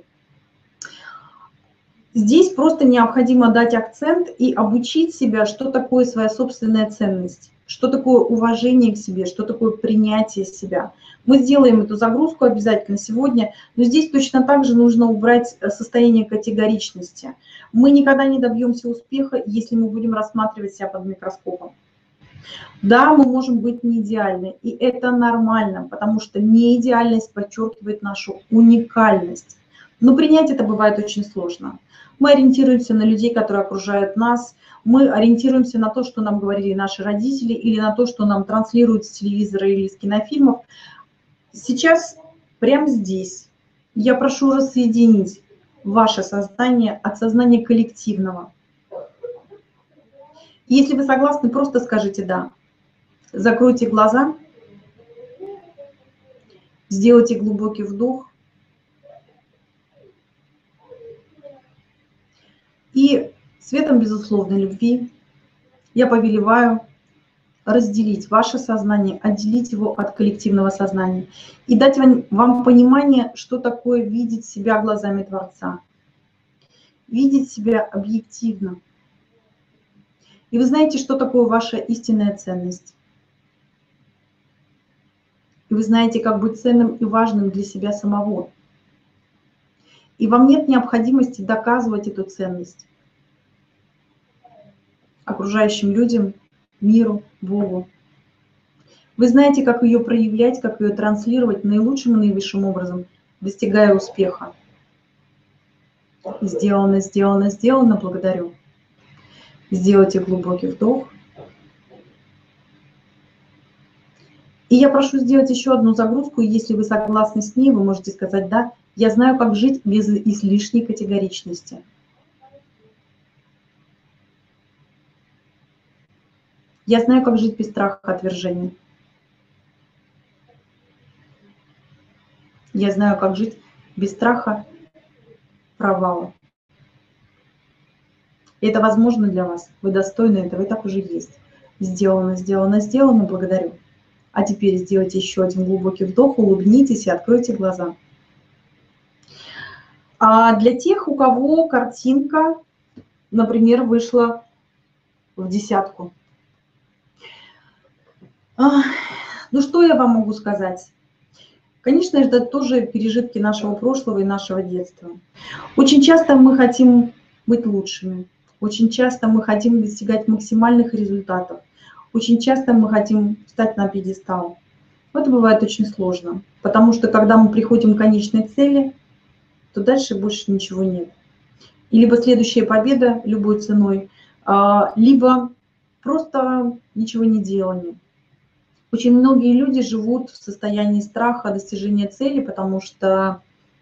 Здесь просто необходимо дать акцент и обучить себя, что такое своя собственная ценность, что такое уважение к себе, что такое принятие себя. Мы сделаем эту загрузку обязательно сегодня, но здесь точно так же нужно убрать состояние категоричности. Мы никогда не добьемся успеха, если мы будем рассматривать себя под микроскопом. Да, мы можем быть не идеальны, и это нормально, потому что неидеальность подчеркивает нашу уникальность. Но принять это бывает очень сложно. Мы ориентируемся на людей, которые окружают нас, мы ориентируемся на то, что нам говорили наши родители, или на то, что нам транслируют с телевизора или из кинофильмов. Сейчас, прямо здесь, я прошу рассоединить ваше сознание от сознания коллективного. Если вы согласны, просто скажите «да». Закройте глаза, сделайте глубокий вдох. И светом безусловной любви я повелеваю разделить ваше сознание, отделить его от коллективного сознания и дать вам понимание, что такое видеть себя глазами Творца, видеть себя объективно. И вы знаете, что такое ваша истинная ценность. И вы знаете, как быть ценным и важным для себя самого. И вам нет необходимости доказывать эту ценность окружающим людям, миру, Богу. Вы знаете, как ее проявлять, как ее транслировать наилучшим и наивысшим образом, достигая успеха. Сделано, сделано, сделано, благодарю. Сделайте глубокий вдох. И я прошу сделать еще одну загрузку, и если вы согласны с ней, вы можете сказать «да». Я знаю, как жить без излишней категоричности. Я знаю, как жить без страха отвержения. Я знаю, как жить без страха провала. И это возможно для вас. Вы достойны этого, и так уже есть. Сделано, сделано, сделано, благодарю. А теперь сделайте еще один глубокий вдох, улыбнитесь и откройте глаза. А для тех, у кого картинка, например, вышла в десятку. Ну что я вам могу сказать? Конечно, это тоже пережитки нашего прошлого и нашего детства. Очень часто мы хотим быть лучшими. Очень часто мы хотим достигать максимальных результатов. Очень часто мы хотим встать на пьедестал. Но это бывает очень сложно, потому что когда мы приходим к конечной цели, то дальше больше ничего нет. И либо следующая победа любой ценой, либо просто ничего не делание. Очень многие люди живут в состоянии страха достижения цели, потому что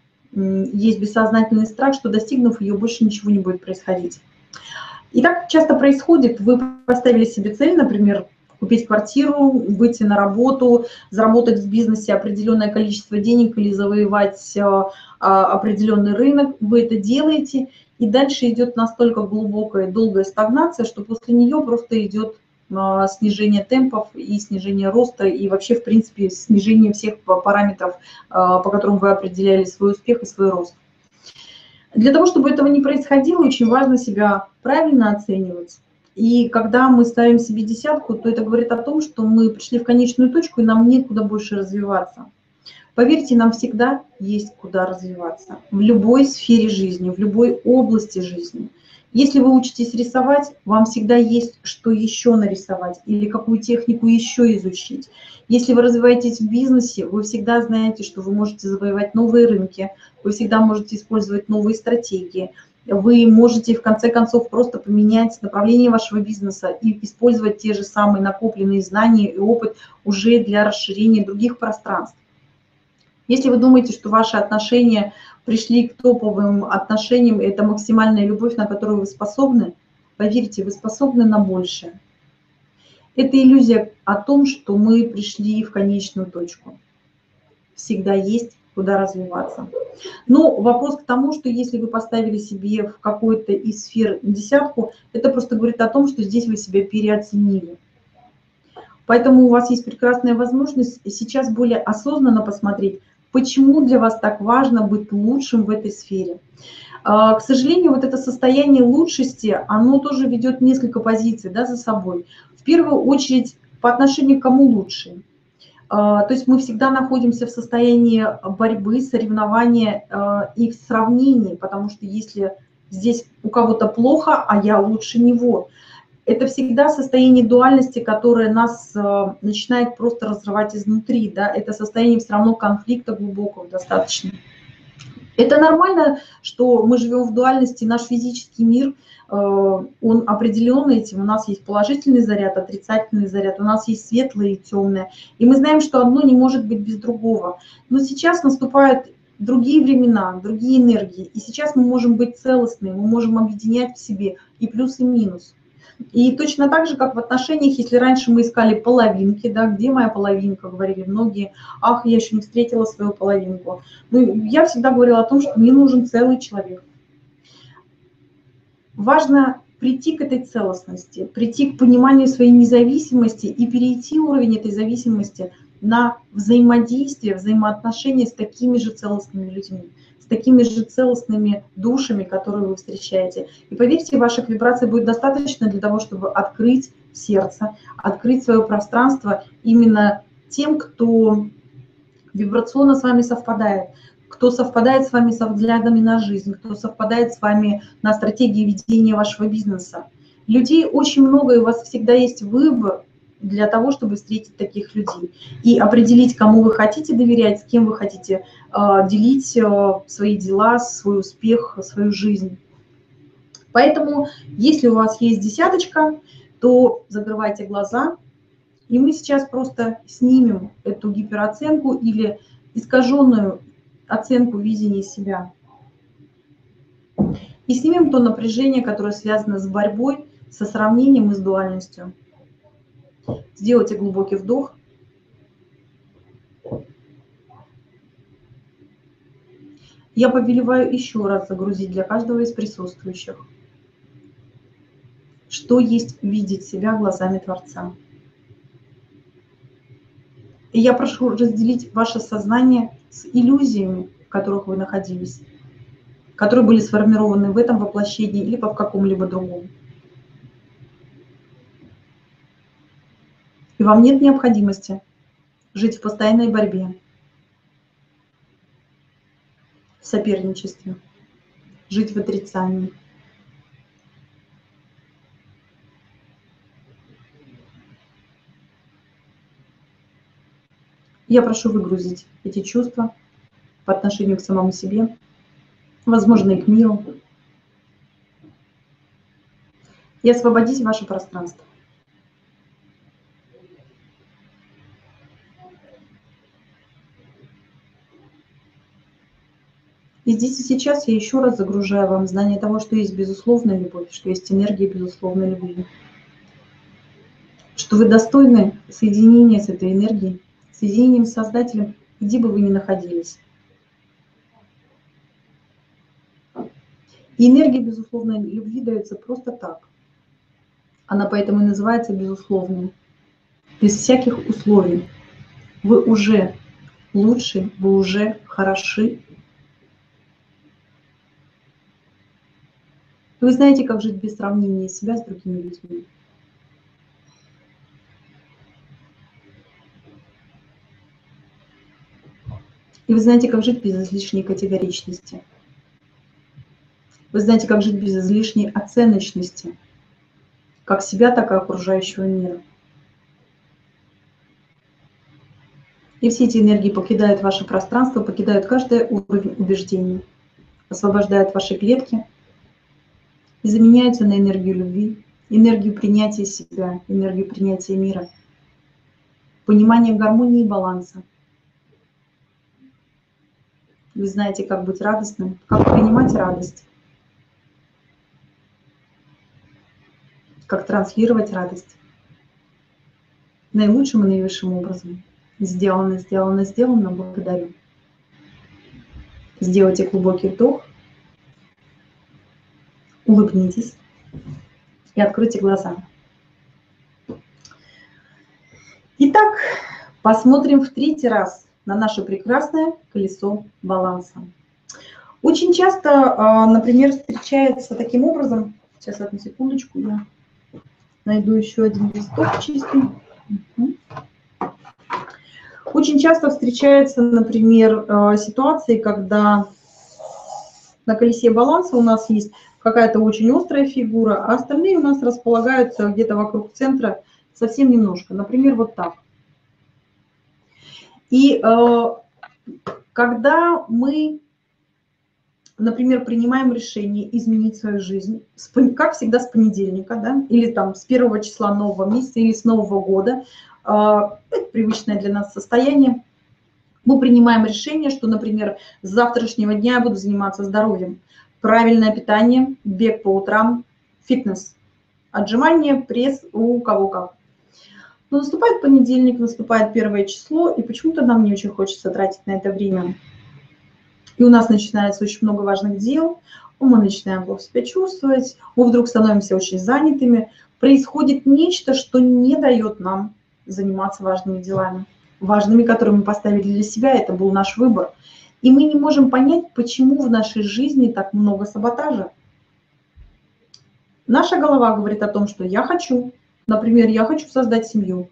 есть бессознательный страх, что достигнув ее, больше ничего не будет происходить. И так часто происходит. Вы поставили себе цель, например, купить квартиру, выйти на работу, заработать в бизнесе определенное количество денег или завоевать определенный рынок. Вы это делаете, и дальше идет настолько глубокая, долгая стагнация, что после нее просто идет снижение темпов и снижение роста, и вообще, в принципе, снижение всех параметров, по которым вы определяли свой успех и свой рост. Для того, чтобы этого не происходило, очень важно себя правильно оценивать. И когда мы ставим себе десятку, то это говорит о том, что мы пришли в конечную точку, и нам некуда больше развиваться. Поверьте, нам всегда есть куда развиваться. В любой сфере жизни, в любой области жизни. Если вы учитесь рисовать, вам всегда есть что еще нарисовать или какую технику еще изучить. Если вы развиваетесь в бизнесе, вы всегда знаете, что вы можете завоевать новые рынки, вы всегда можете использовать новые стратегии, вы можете в конце концов просто поменять направление вашего бизнеса и использовать те же самые накопленные знания и опыт уже для расширения других пространств. Если вы думаете, что ваши отношения пришли к топовым отношениям, это максимальная любовь, на которую вы способны, поверьте, вы способны на большее. Это иллюзия о том, что мы пришли в конечную точку. Всегда есть куда развиваться. Но вопрос к тому, что если вы поставили себе в какой-то из сфер десятку, это просто говорит о том, что здесь вы себя переоценили. Поэтому у вас есть прекрасная возможность сейчас более осознанно посмотреть, почему для вас так важно быть лучшим в этой сфере. К сожалению, вот это состояние лучшести, оно тоже ведет несколько позиций, да, за собой. В первую очередь, по отношению к кому лучше. То есть мы всегда находимся в состоянии борьбы, соревнования и сравнений, потому что если здесь у кого-то плохо, а я лучше него, это всегда состояние дуальности, которое нас начинает просто разрывать изнутри, да, это состояние все равно конфликта глубокого достаточно. Это нормально, что мы живем в дуальности, наш физический мир, он определен этим, у нас есть положительный заряд, отрицательный заряд, у нас есть светлое и темное, и мы знаем, что одно не может быть без другого. Но сейчас наступают другие времена, другие энергии, и сейчас мы можем быть целостны, мы можем объединять в себе и плюс, и минус. И точно так же, как в отношениях, если раньше мы искали половинки, да, где моя половинка, говорили многие, ах, я еще не встретила свою половинку. Ну, я всегда говорила о том, что мне нужен целый человек. Важно прийти к этой целостности, прийти к пониманию своей независимости и перейти уровень этой зависимости на взаимодействие, взаимоотношения с такими же целостными людьми, с такими же целостными душами, которые вы встречаете. И поверьте, ваших вибраций будет достаточно для того, чтобы открыть сердце, открыть свое пространство именно тем, кто вибрационно с вами совпадает, кто совпадает с вами со взглядами на жизнь, кто совпадает с вами на стратегии ведения вашего бизнеса. Людей очень много, и у вас всегда есть выбор для того, чтобы встретить таких людей и определить, кому вы хотите доверять, с кем вы хотите делить свои дела, свой успех, свою жизнь. Поэтому, если у вас есть десяточка, то закрывайте глаза, и мы сейчас просто снимем эту гипероценку или искаженную оценку видения себя. И снимем то напряжение, которое связано с борьбой, со сравнением и с дуальностью. Сделайте глубокий вдох. Я повелеваю еще раз загрузить для каждого из присутствующих, что есть видеть себя глазами Творца. И я прошу разделить ваше сознание с иллюзиями, в которых вы находились, которые были сформированы в этом воплощении или в каком-либо другом. И вам нет необходимости жить в постоянной борьбе, в соперничестве, жить в отрицании. Я прошу выгрузить эти чувства по отношению к самому себе, возможно, и к миру, и освободить ваше пространство. И здесь и сейчас я еще раз загружаю вам знание того, что есть безусловная любовь, что есть энергия безусловной любви, что вы достойны соединения с этой энергией, соединением с Создателем, где бы вы ни находились. И энергия безусловной любви дается просто так. Она поэтому и называется безусловной, без всяких условий. Вы уже лучше, вы уже хороши. Вы знаете, как жить без сравнения себя с другими людьми. И вы знаете, как жить без излишней категоричности. Вы знаете, как жить без излишней оценочности, как себя, так и окружающего мира. И все эти энергии покидают ваше пространство, покидают каждый уровень убеждений, освобождают ваши клетки и заменяются на энергию любви, энергию принятия себя, энергию принятия мира, понимание гармонии и баланса. Вы знаете, как быть радостным, как принимать радость, как транслировать радость наилучшим и наивысшим образом. Сделано, сделано, сделано, благодарю. Сделайте глубокий вдох, улыбнитесь и откройте глаза. Итак, посмотрим в третий раз на наше прекрасное колесо баланса. Очень часто, например, встречается таким образом, сейчас одну секундочку, я найду еще один листок чистый. Очень часто встречается, например, ситуации, когда на колесе баланса у нас есть какая-то очень острая фигура, а остальные у нас располагаются где-то вокруг центра совсем немножко. Например, вот так. И когда мы, например, принимаем решение изменить свою жизнь, как всегда с понедельника, да, или там с 1 числа нового месяца, или с Нового года, это привычное для нас состояние, мы принимаем решение, что, например, с завтрашнего дня я буду заниматься здоровьем. Правильное питание, бег по утрам, фитнес, отжимания, пресс, у кого как. Но наступает понедельник, наступает 1 число, и почему-то нам не очень хочется тратить на это время. и у нас начинается очень много важных дел, мы начинаем плохо себя чувствовать, мы вдруг становимся очень занятыми, происходит нечто, что не дает нам заниматься важными делами, важными, которые мы поставили для себя, это был наш выбор. И мы не можем понять, почему в нашей жизни так много саботажа. Наша голова говорит о том, что я хочу, например, я хочу создать семью.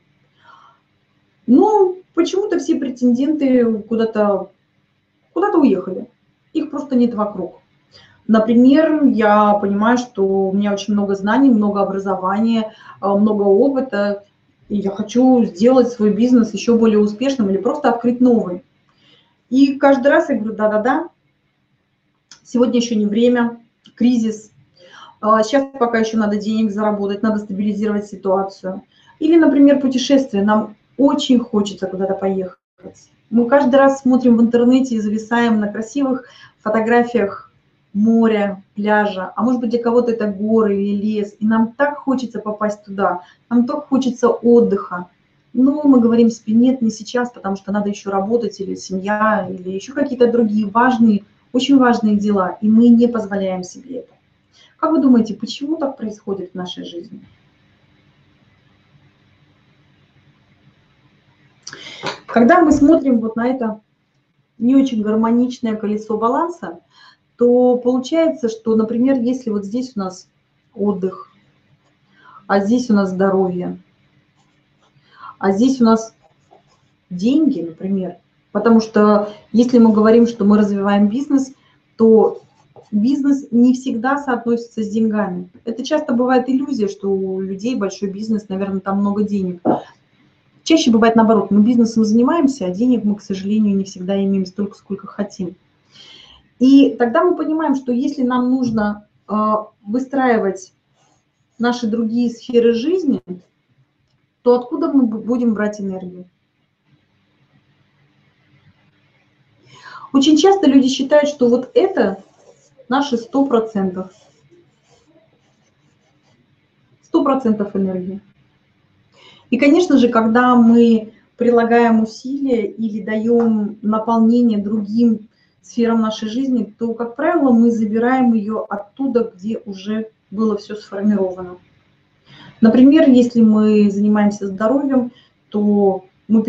Но почему-то все претенденты куда-то уехали, их просто нет вокруг. Например, я понимаю, что у меня очень много знаний, много образования, много опыта, и я хочу сделать свой бизнес еще более успешным или просто открыть новый. И каждый раз я говорю, да-да-да, сегодня еще не время, кризис, сейчас пока еще надо денег заработать, надо стабилизировать ситуацию. Или, например, путешествие, нам очень хочется куда-то поехать. Мы каждый раз смотрим в интернете и зависаем на красивых фотографиях моря, пляжа, а может быть для кого-то это горы или лес, и нам так хочется попасть туда, нам так хочется отдыха. Но мы говорим себе, нет, не сейчас, потому что надо еще работать, или семья, или еще какие-то другие важные, очень важные дела, и мы не позволяем себе это. Как вы думаете, почему так происходит в нашей жизни? Когда мы смотрим вот на это не очень гармоничное колесо баланса, то получается, что, например, если вот здесь у нас отдых, а здесь у нас здоровье, а здесь у нас деньги, например, потому что если мы говорим, что мы развиваем бизнес, то бизнес не всегда соотносится с деньгами. Это часто бывает иллюзия, что у людей большой бизнес, наверное, там много денег. Чаще бывает наоборот, мы бизнесом занимаемся, а денег мы, к сожалению, не всегда имеем столько, сколько хотим. И тогда мы понимаем, что если нам нужно выстраивать наши другие сферы жизни, то откуда мы будем брать энергию? Очень часто люди считают, что вот это наши 100%. 100% энергии. И, конечно же, когда мы прилагаем усилия или даем наполнение другим сферам нашей жизни, то, как правило, мы забираем ее оттуда, где уже было все сформировано. Например, если мы занимаемся здоровьем, то мы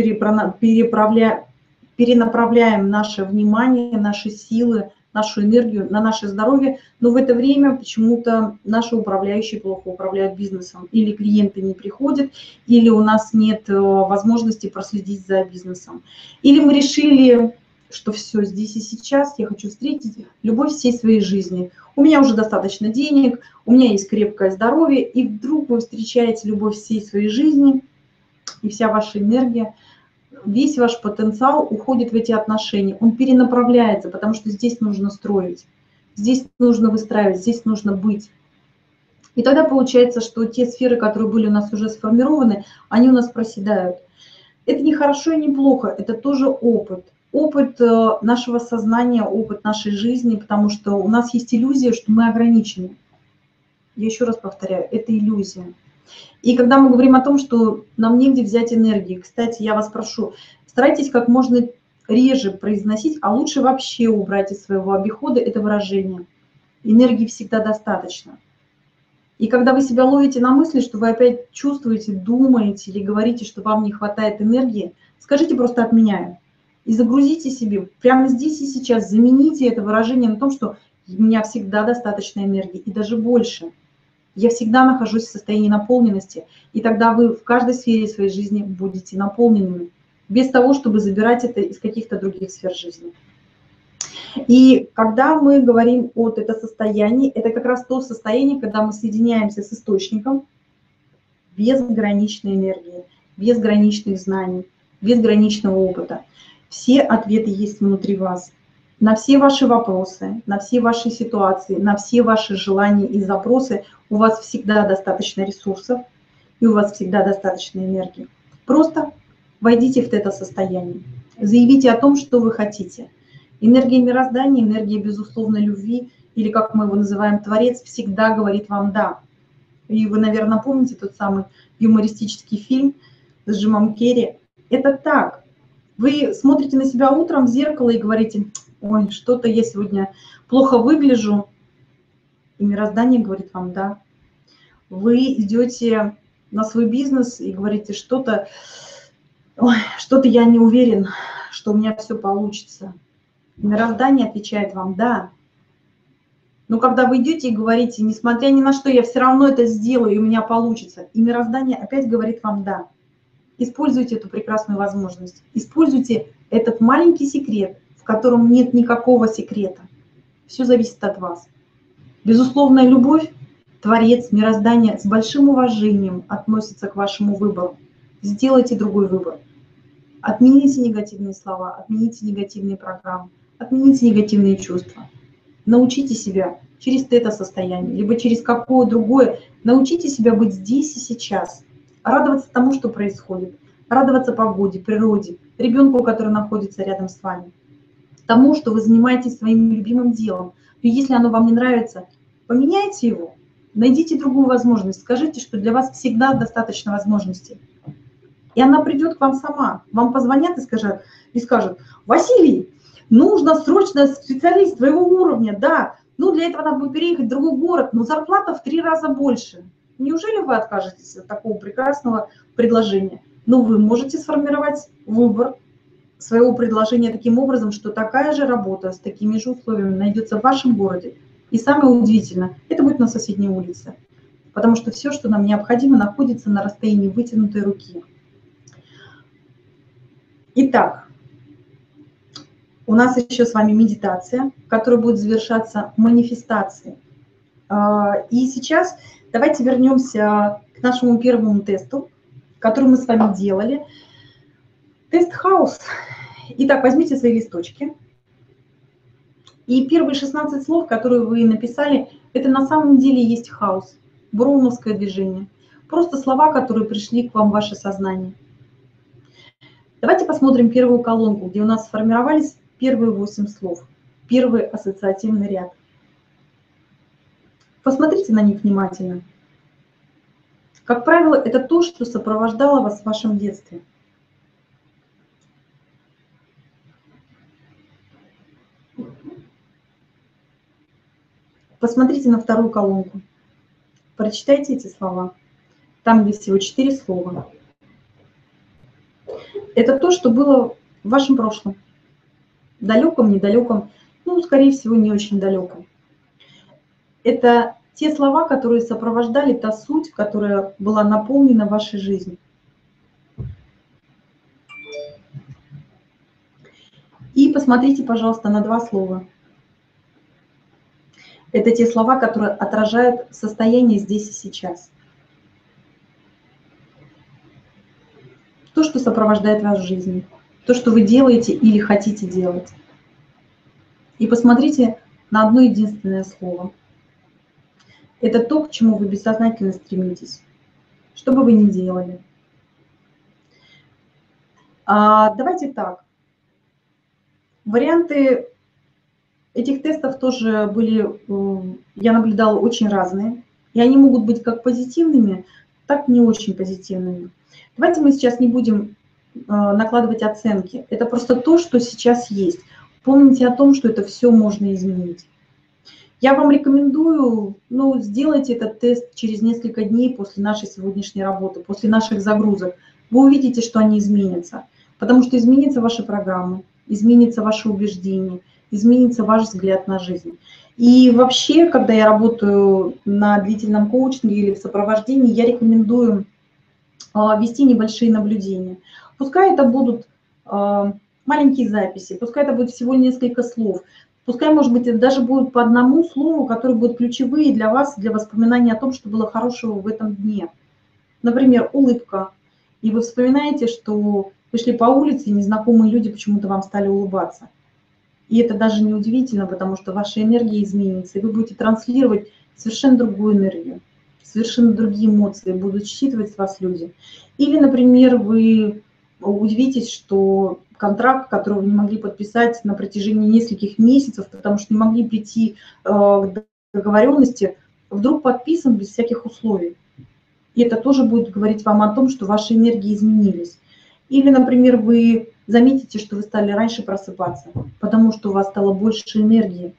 перенаправляем наше внимание, наши силы, нашу энергию на наше здоровье, но в это время почему-то наши управляющие плохо управляют бизнесом, или клиенты не приходят, или у нас нет возможности проследить за бизнесом. Или мы решили, что все, здесь и сейчас я хочу встретить любовь всей своей жизни. У меня уже достаточно денег, у меня есть крепкое здоровье, и вдруг вы встречаете любовь всей своей жизни, и вся ваша энергия, весь ваш потенциал уходит в эти отношения, он перенаправляется, потому что здесь нужно строить, здесь нужно выстраивать, здесь нужно быть. И тогда получается, что те сферы, которые были у нас уже сформированы, они у нас проседают. Это не хорошо и не плохо, это тоже опыт. Опыт нашего сознания, опыт нашей жизни, потому что у нас есть иллюзия, что мы ограничены. Я еще раз повторяю, это иллюзия. И когда мы говорим о том, что нам негде взять энергии, кстати, я вас прошу, старайтесь как можно реже произносить, а лучше вообще убрать из своего обихода это выражение. Энергии всегда достаточно. И когда вы себя ловите на мысли, что вы опять чувствуете, думаете или говорите, что вам не хватает энергии, скажите просто «отменяю». И загрузите себе прямо здесь и сейчас, замените это выражение на том, что у меня всегда достаточно энергии и даже больше. Я всегда нахожусь в состоянии наполненности, и тогда вы в каждой сфере своей жизни будете наполненными, без того, чтобы забирать это из каких-то других сфер жизни. И когда мы говорим о это состоянии, это как раз то состояние, когда мы соединяемся с источником безграничной энергии, безграничных знаний, безграничного опыта. Все ответы есть внутри вас. На все ваши вопросы, на все ваши ситуации, на все ваши желания и запросы у вас всегда достаточно ресурсов и у вас всегда достаточно энергии. Просто войдите в это состояние, заявите о том, что вы хотите. Энергия мироздания, энергия безусловной любви, или как мы его называем, Творец, всегда говорит вам «да». И вы, наверное, помните тот самый юмористический фильм с Джимом Керри. Это так. Вы смотрите на себя утром в зеркало и говорите: ой, что-то я сегодня плохо выгляжу, и мироздание говорит вам да. Вы идете на свой бизнес и говорите: что-то я не уверен, что у меня все получится. Мироздание отвечает вам да. Но когда вы идете и говорите: несмотря ни на что, я все равно это сделаю, и у меня получится, и мироздание опять говорит вам да. Используйте эту прекрасную возможность. Используйте этот маленький секрет, в котором нет никакого секрета. Все зависит от вас. Безусловная любовь, Творец, мироздание с большим уважением относится к вашему выбору. Сделайте другой выбор. Отмените негативные слова, отмените негативные программы, отмените негативные чувства. Научите себя через тета-состояние, либо через какое другое, научите себя быть здесь и сейчас, радоваться тому, что происходит, радоваться погоде, природе, ребенку, который находится рядом с вами, тому, что вы занимаетесь своим любимым делом. И если оно вам не нравится, поменяйте его, найдите другую возможность, скажите, что для вас всегда достаточно возможностей. И она придет к вам сама. Вам позвонят и скажут: Василий, нужно срочно специалист твоего уровня, да. Ну, для этого надо будет переехать в другой город, но зарплата в 3 раза больше. Неужели вы откажетесь от такого прекрасного предложения? Но вы можете сформировать выбор своего предложения таким образом, что такая же работа с такими же условиями найдется в вашем городе. И самое удивительное, это будет на соседней улице. Потому что все, что нам необходимо, находится на расстоянии вытянутой руки. Итак, у нас еще с вами медитация, которая будет завершаться манифестацией. И сейчас давайте вернемся к нашему первому тесту, который мы с вами делали. Тест хаос. Итак, возьмите свои листочки. И первые 16 слов, которые вы написали, это на самом деле есть хаос, броуновское движение. Просто слова, которые пришли к вам в ваше сознание. Давайте посмотрим первую колонку, где у нас сформировались первые 8 слов, первый ассоциативный ряд. Посмотрите на них внимательно. Как правило, это то, что сопровождало вас в вашем детстве. Посмотрите на вторую колонку. Прочитайте эти слова. Там, где всего 4 слова. Это то, что было в вашем прошлом. Далеком, недалеком, ну, скорее всего, не очень далеком. Это те слова, которые сопровождали та суть, которая была наполнена вашей жизнью. И посмотрите, пожалуйста, на 2 слова. Это те слова, которые отражают состояние здесь и сейчас. То, что сопровождает вас в жизни. То, что вы делаете или хотите делать. И посмотрите на одно единственное слово. Это то, к чему вы бессознательно стремитесь. Что бы вы ни делали. Давайте так. Варианты этих тестов тоже были, я наблюдала, очень разные. И они могут быть как позитивными, так и не очень позитивными. Давайте мы сейчас не будем накладывать оценки. Это просто то, что сейчас есть. Помните о том, что это все можно изменить. Я вам рекомендую, сделайте этот тест через несколько дней после нашей сегодняшней работы, после наших загрузок. Вы увидите, что они изменятся. Потому что изменится ваша программа, изменится ваше убеждение, изменится ваш взгляд на жизнь. И вообще, когда я работаю на длительном коучинге или в сопровождении, я рекомендую вести небольшие наблюдения. Пускай это будут маленькие записи, пускай это будет всего несколько слов, пускай, может быть, это даже будет по одному слову, которые будут ключевые для вас, для воспоминания о том, что было хорошего в этом дне. Например, улыбка. И вы вспоминаете, что вы шли по улице, и незнакомые люди почему-то вам стали улыбаться. И это даже не удивительно, потому что ваша энергия изменится, и вы будете транслировать совершенно другую энергию, совершенно другие эмоции будут считывать с вас люди. Или, например, вы удивитесь, что контракт, который вы не могли подписать на протяжении нескольких месяцев, потому что не могли прийти к договоренности, вдруг подписан без всяких условий. И это тоже будет говорить вам о том, что ваши энергии изменились. Или, например, вы заметите, что вы стали раньше просыпаться, потому что у вас стало больше энергии.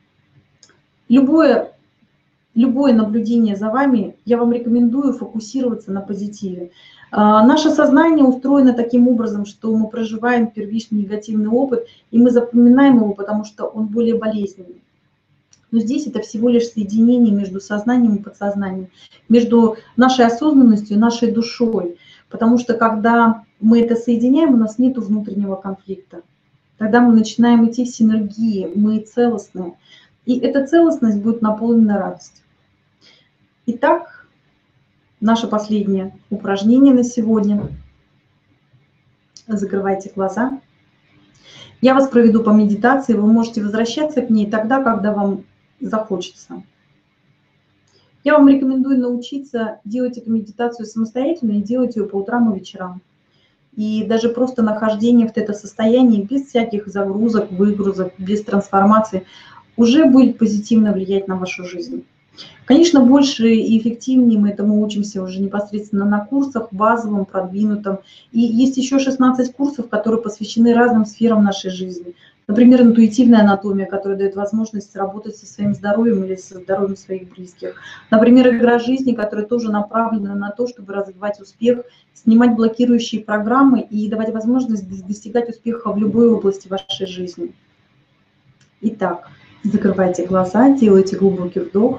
Любое наблюдение за вами, я вам рекомендую фокусироваться на позитиве. Наше сознание устроено таким образом, что мы проживаем первичный негативный опыт, и мы запоминаем его, потому что он более болезненный. Но здесь это всего лишь соединение между сознанием и подсознанием, между нашей осознанностью и нашей душой. Потому что когда мы это соединяем, у нас нет внутреннего конфликта. Тогда мы начинаем идти в синергии, мы целостные. И эта целостность будет наполнена радостью. Итак, наше последнее упражнение на сегодня. Закрывайте глаза. Я вас проведу по медитации, вы можете возвращаться к ней тогда, когда вам захочется. Я вам рекомендую научиться делать эту медитацию самостоятельно и делать ее по утрам и вечерам. И даже просто нахождение в тета-состоянии без всяких загрузок, выгрузок, без трансформации уже будет позитивно влиять на вашу жизнь. Конечно, больше и эффективнее мы этому учимся уже непосредственно на курсах, базовом, продвинутом. И есть еще 16 курсов, которые посвящены разным сферам нашей жизни. Например, интуитивная анатомия, которая дает возможность работать со своим здоровьем или со здоровьем своих близких. Например, игра жизни, которая тоже направлена на то, чтобы развивать успех, снимать блокирующие программы и давать возможность достигать успеха в любой области вашей жизни. Итак, закрывайте глаза, делайте глубокий вдох.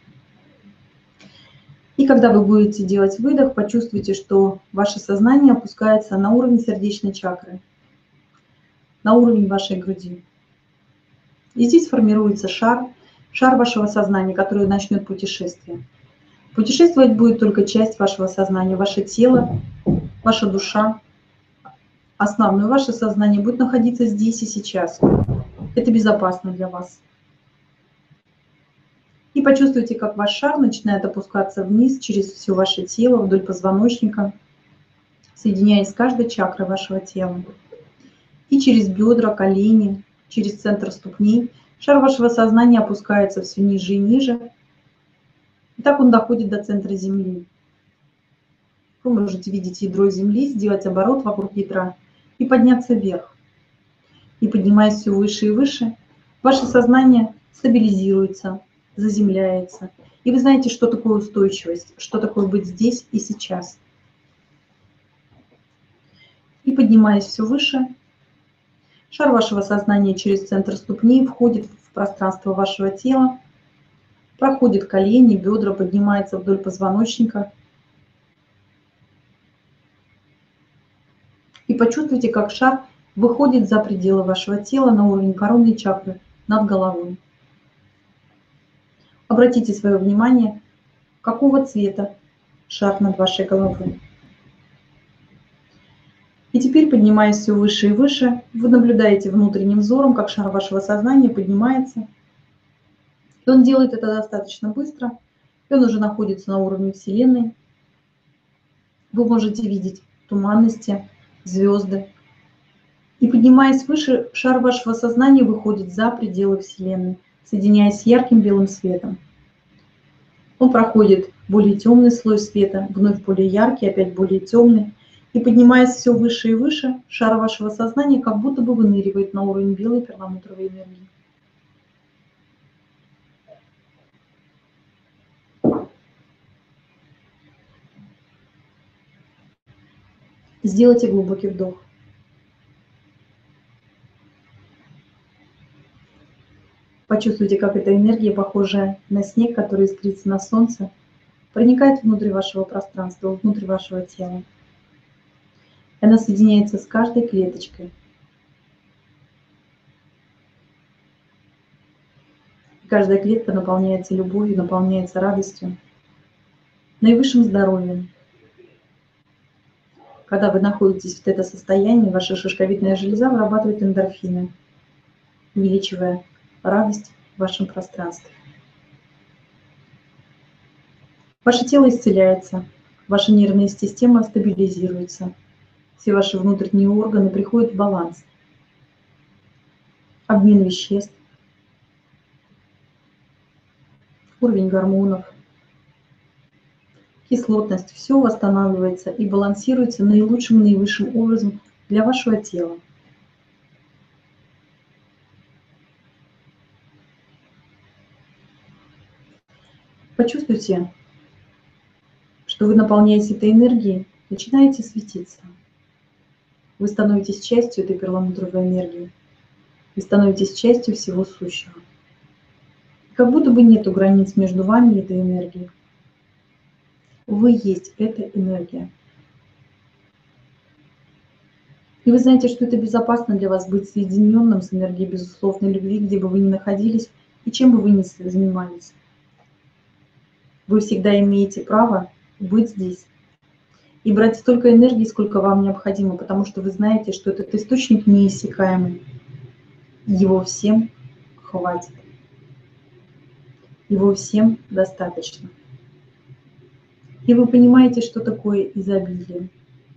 И когда вы будете делать выдох, почувствуйте, что ваше сознание опускается на уровень сердечной чакры, на уровень вашей груди. И здесь формируется шар вашего сознания, который начнет путешествие. Путешествовать будет только часть вашего сознания, ваше тело, ваша душа. Основное ваше сознание будет находиться здесь и сейчас. Это безопасно для вас. И почувствуйте, как ваш шар начинает опускаться вниз через все ваше тело, вдоль позвоночника, соединяясь с каждой чакрой вашего тела. И через бедра, колени, через центр ступней шар вашего сознания опускается все ниже и ниже. И так он доходит до центра Земли. Вы можете видеть ядро Земли, сделать оборот вокруг ядра и подняться вверх. И поднимаясь все выше и выше, ваше сознание стабилизируется, заземляется. И вы знаете, что такое устойчивость, что такое быть здесь и сейчас. И поднимаясь все выше, шар вашего сознания через центр ступней входит в пространство вашего тела, проходит колени, бедра, поднимается вдоль позвоночника. И почувствуйте, как шар выходит за пределы вашего тела на уровень коронной чакры над головой. Обратите свое внимание, какого цвета шар над вашей головой. И теперь, поднимаясь все выше и выше, вы наблюдаете внутренним взором, как шар вашего сознания поднимается. И он делает это достаточно быстро, и он уже находится на уровне Вселенной. Вы можете видеть туманности, звезды. И поднимаясь выше, шар вашего сознания выходит за пределы Вселенной, соединяясь с ярким белым светом. Он проходит более темный слой света, вновь более яркий, опять более темный. И поднимаясь все выше и выше, шар вашего сознания как будто бы выныривает на уровень белой перламутровой энергии. Сделайте глубокий вдох. Почувствуйте, как эта энергия, похожая на снег, который искрится на солнце, проникает внутрь вашего пространства, внутрь вашего тела. И она соединяется с каждой клеточкой. И каждая клетка наполняется любовью, наполняется радостью, наивысшим здоровьем. Когда вы находитесь в это состоянии, ваша шишковидная железа вырабатывает эндорфины, увеличивая радость в вашем пространстве. Ваше тело исцеляется, ваша нервная система стабилизируется, все ваши внутренние органы приходят в баланс. Обмен веществ, уровень гормонов, кислотность, все восстанавливается и балансируется наилучшим, наивысшим образом для вашего тела. Почувствуйте, что вы наполняетесь этой энергией, начинаете светиться. Вы становитесь частью этой перламутровой энергии. Вы становитесь частью всего сущего. Как будто бы нету границ между вами и этой энергией. Вы есть эта энергия. И вы знаете, что это безопасно для вас быть соединенным с энергией безусловной любви, где бы вы ни находились и чем бы вы ни занимались. Вы всегда имеете право быть здесь и брать столько энергии, сколько вам необходимо, потому что вы знаете, что этот источник неиссякаемый. Его всем хватит. Его всем достаточно. И вы понимаете, что такое изобилие.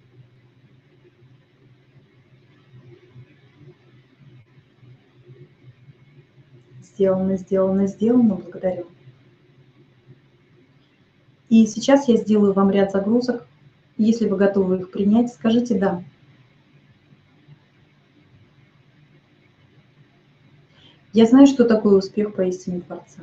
Сделано, сделано, сделано. Благодарю. И сейчас я сделаю вам ряд загрузок. Если вы готовы их принять, скажите «да». Я знаю, что такое успех поистине Творца.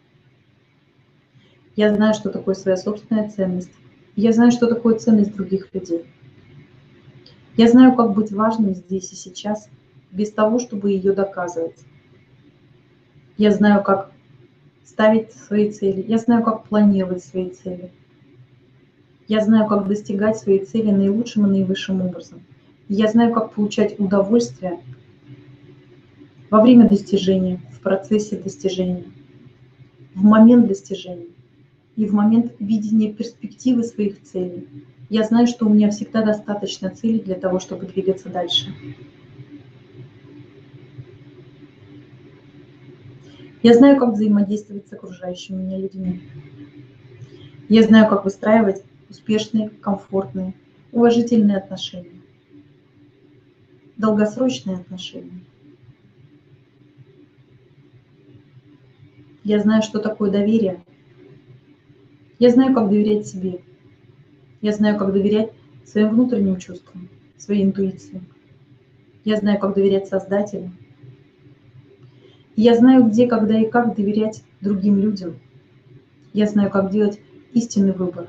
Я знаю, что такое своя собственная ценность. Я знаю, что такое ценность других людей. Я знаю, как быть важным здесь и сейчас, без того, чтобы ее доказывать. Я знаю, как ставить свои цели. Я знаю, как планировать свои цели. Я знаю, как достигать своей цели наилучшим и наивысшим образом. Я знаю, как получать удовольствие во время достижения, в процессе достижения, в момент достижения и в момент видения перспективы своих целей. Я знаю, что у меня всегда достаточно целей для того, чтобы двигаться дальше. Я знаю, как взаимодействовать с окружающими меня людьми. Я знаю, как выстраивать успешные, комфортные, уважительные отношения, долгосрочные отношения. Я знаю, что такое доверие. Я знаю, как доверять себе. Я знаю, как доверять своим внутренним чувствам, своей интуиции. Я знаю, как доверять Создателю. Я знаю, где, когда и как доверять другим людям. Я знаю, как делать истинный выбор.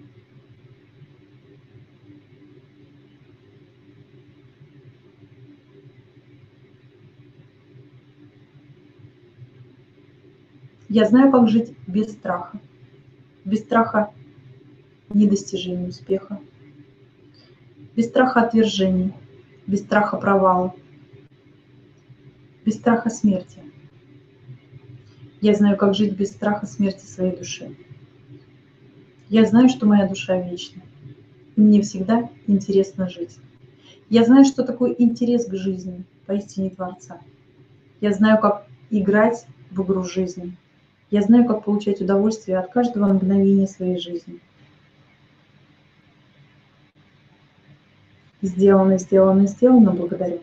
Я знаю, как жить без страха. Без страха недостижения успеха. Без страха отвержения. Без страха провала. Без страха смерти. Я знаю, как жить без страха смерти своей души. Я знаю, что моя душа вечна. И мне всегда интересно жить. Я знаю, что такое интерес к жизни, поистине Творца. Я знаю, как играть в игру жизни. Я знаю, как получать удовольствие от каждого мгновения своей жизни. Сделано, сделано, сделано. Благодарю.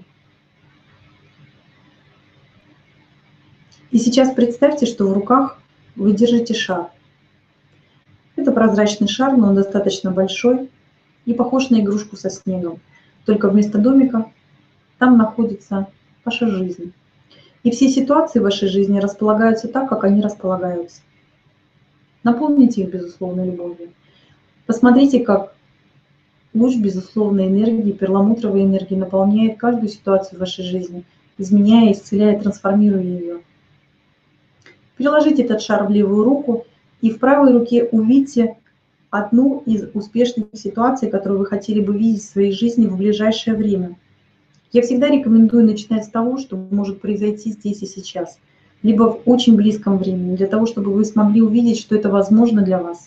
И сейчас представьте, что в руках вы держите шар. Это прозрачный шар, но он достаточно большой и похож на игрушку со снегом. Только вместо домика там находится ваша жизнь. И все ситуации в вашей жизни располагаются так, как они располагаются. Наполните их безусловной любовью. Посмотрите, как луч безусловной энергии, перламутровой энергии наполняет каждую ситуацию в вашей жизни, изменяя, исцеляя, трансформируя ее. Переложите этот шар в левую руку и в правой руке увидьте одну из успешных ситуаций, которую вы хотели бы видеть в своей жизни в ближайшее время. Я всегда рекомендую начинать с того, что может произойти здесь и сейчас, либо в очень близком времени, для того, чтобы вы смогли увидеть, что это возможно для вас.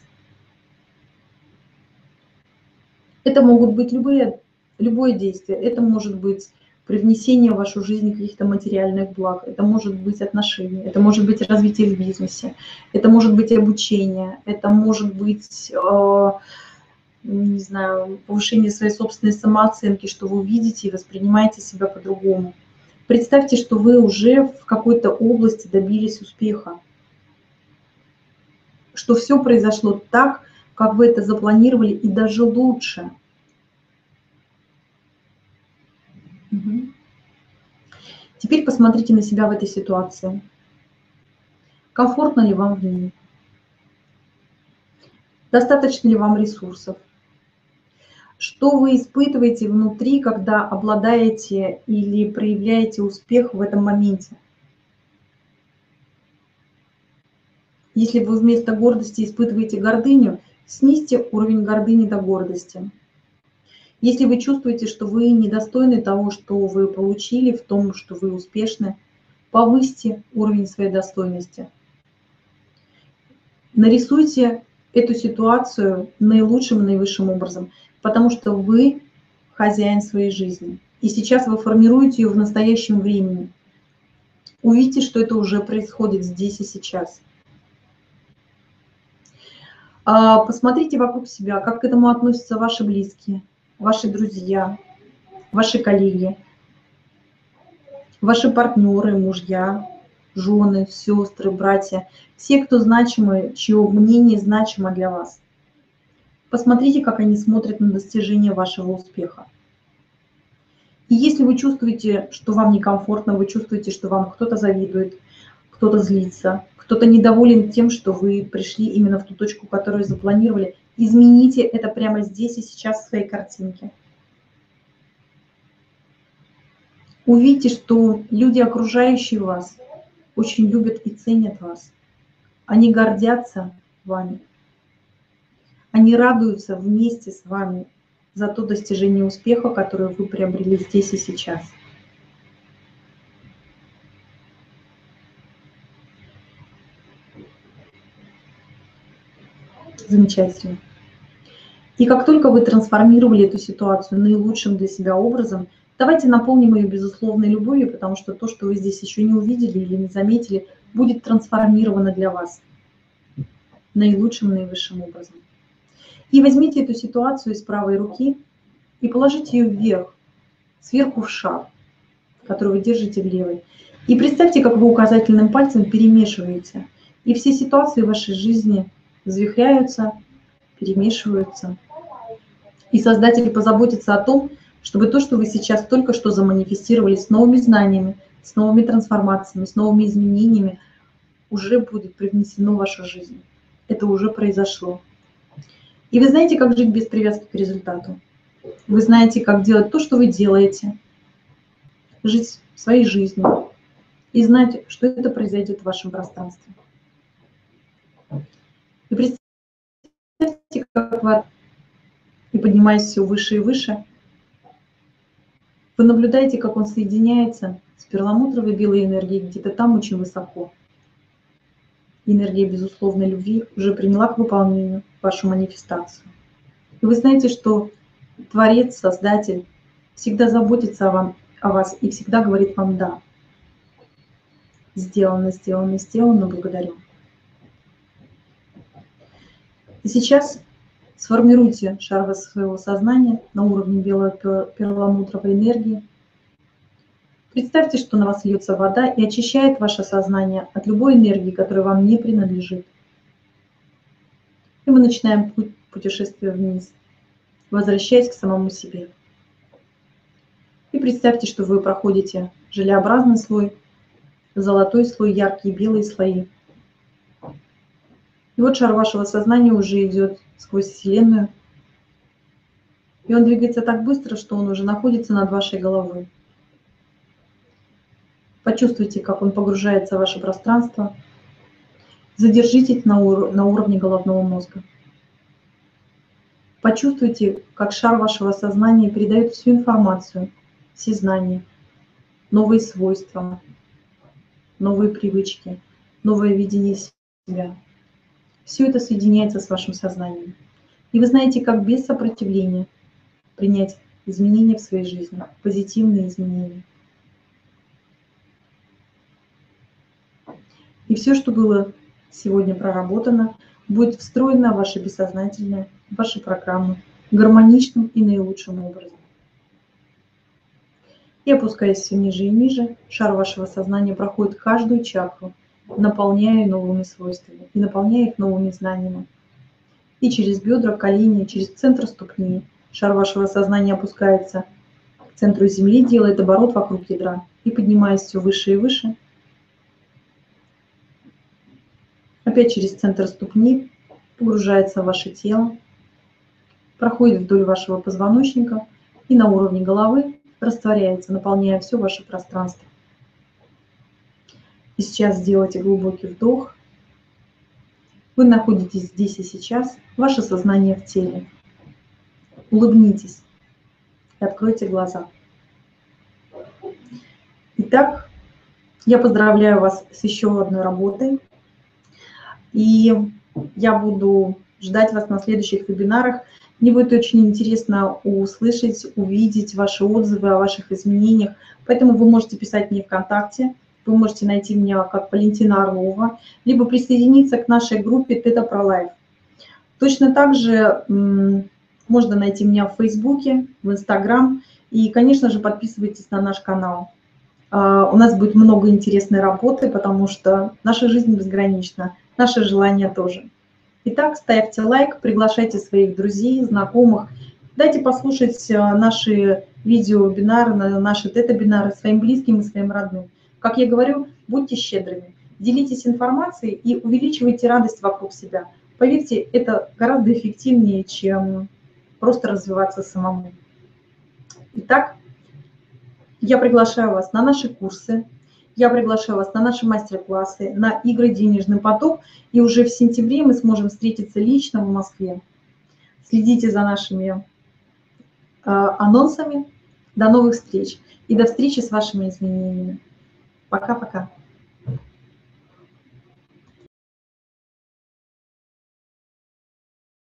Это могут быть любое действие, это может быть привнесение в вашу жизнь каких-то материальных благ, это может быть отношения, это может быть развитие в бизнесе, это может быть обучение, это может быть, не знаю, повышение своей собственной самооценки, что вы увидите и воспринимаете себя по-другому. Представьте, что вы уже в какой-то области добились успеха, что все произошло так, как вы это запланировали, и даже лучше. Мгм. Теперь посмотрите на себя в этой ситуации. Комфортно ли вам в ней? Достаточно ли вам ресурсов? Что вы испытываете внутри, когда обладаете или проявляете успех в этом моменте? Если вы вместо гордости испытываете гордыню, снизьте уровень гордыни до гордости. Если вы чувствуете, что вы недостойны того, что вы получили, в том, что вы успешны, повысьте уровень своей достойности. Нарисуйте эту ситуацию наилучшим и наивысшим образом, потому что вы хозяин своей жизни. И сейчас вы формируете ее в настоящем времени. Увидите, что это уже происходит здесь и сейчас. Посмотрите вокруг себя, как к этому относятся ваши близкие, ваши друзья, ваши коллеги, ваши партнеры, мужья, жены, сестры, братья, все, кто значимы, чье мнение значимо для вас. Посмотрите, как они смотрят на достижение вашего успеха. И если вы чувствуете, что вам некомфортно, вы чувствуете, что вам кто-то завидует, кто-то злится, кто-то недоволен тем, что вы пришли именно в ту точку, которую запланировали, измените это прямо здесь и сейчас в своей картинке. Увидите, что люди, окружающие вас, очень любят и ценят вас. Они гордятся вами. Они радуются вместе с вами за то достижение успеха, которое вы приобрели здесь и сейчас. Замечательно. И как только вы трансформировали эту ситуацию наилучшим для себя образом, давайте наполним ее безусловной любовью, потому что то, что вы здесь еще не увидели или не заметили, будет трансформировано для вас наилучшим, наивысшим образом. И возьмите эту ситуацию из правой руки и положите ее вверх, сверху в шар, который вы держите в левой. И представьте, как вы указательным пальцем перемешиваете. И все ситуации в вашей жизни взвихряются, перемешиваются. И Создатель позаботится о том, чтобы то, что вы сейчас только что заманифестировали с новыми знаниями, с новыми трансформациями, с новыми изменениями, уже будет привнесено в вашу жизнь. Это уже произошло. И вы знаете, как жить без привязки к результату. Вы знаете, как делать то, что вы делаете, жить своей жизнью и знать, что это произойдет в вашем пространстве. И представьте, как вы, и поднимаясь все выше и выше, вы наблюдаете, как он соединяется с перламутровой белой энергией где-то там очень высоко. Энергия безусловной любви уже приняла к выполнению вашу манифестацию. И вы знаете, что Творец, Создатель всегда заботится о вас и всегда говорит вам «да». Сделано, сделано, сделано, благодарю. И сейчас сформируйте шар своего сознания на уровне белой перламутровой энергии. Представьте, что на вас льется вода и очищает ваше сознание от любой энергии, которая вам не принадлежит. И мы начинаем путь путешествия вниз, возвращаясь к самому себе. И представьте, что вы проходите желеобразный слой, золотой слой, яркие белые слои. И вот шар вашего сознания уже идет сквозь Вселенную. И он двигается так быстро, что он уже находится над вашей головой. Почувствуйте, как он погружается в ваше пространство. Задержитесь на уровне головного мозга. Почувствуйте, как шар вашего сознания передает всю информацию, все знания, новые свойства, новые привычки, новое видение себя. Все это соединяется с вашим сознанием. И вы знаете, как без сопротивления принять изменения в своей жизни, позитивные изменения. И все, что было сегодня проработано, будет встроено в ваше бессознательное, в ваши программы гармоничным и наилучшим образом. И опускаясь все ниже и ниже, шар вашего сознания проходит каждую чакру, наполняя ее новыми свойствами и наполняя их новыми знаниями. И через бедра, колени, через центр ступни шар вашего сознания опускается центру Земли, делает оборот вокруг ядра и поднимаясь все выше и выше. Опять через центр ступни погружается в ваше тело, проходит вдоль вашего позвоночника и на уровне головы растворяется, наполняя все ваше пространство. И сейчас сделайте глубокий вдох. Вы находитесь здесь и сейчас, ваше сознание в теле. Улыбнитесь и откройте глаза. Итак, я поздравляю вас с еще одной работой. И я буду ждать вас на следующих вебинарах. Мне будет очень интересно услышать, увидеть ваши отзывы о ваших изменениях. Поэтому вы можете писать мне ВКонтакте, вы можете найти меня как Валентина Орлова, либо присоединиться к нашей группе Theta Pro Life. Точно так же можно найти меня в Фейсбуке, в Инстаграм. И, конечно же, подписывайтесь на наш канал. У нас будет много интересной работы, потому что наша жизнь безгранична, наши желания тоже. Итак, ставьте лайк, приглашайте своих друзей, знакомых. Дайте послушать наши видео-вебинары, наши тета-бинары своим близким и своим родным. Как я говорю, будьте щедрыми, делитесь информацией и увеличивайте радость вокруг себя. Поверьте, это гораздо эффективнее, чем просто развиваться самому. Итак, я приглашаю вас на наши курсы, я приглашаю вас на наши мастер-классы, на игры «Денежный поток». И уже в сентябре мы сможем встретиться лично в Москве. Следите за нашими анонсами. До новых встреч и до встречи с вашими изменениями. Пока-пока.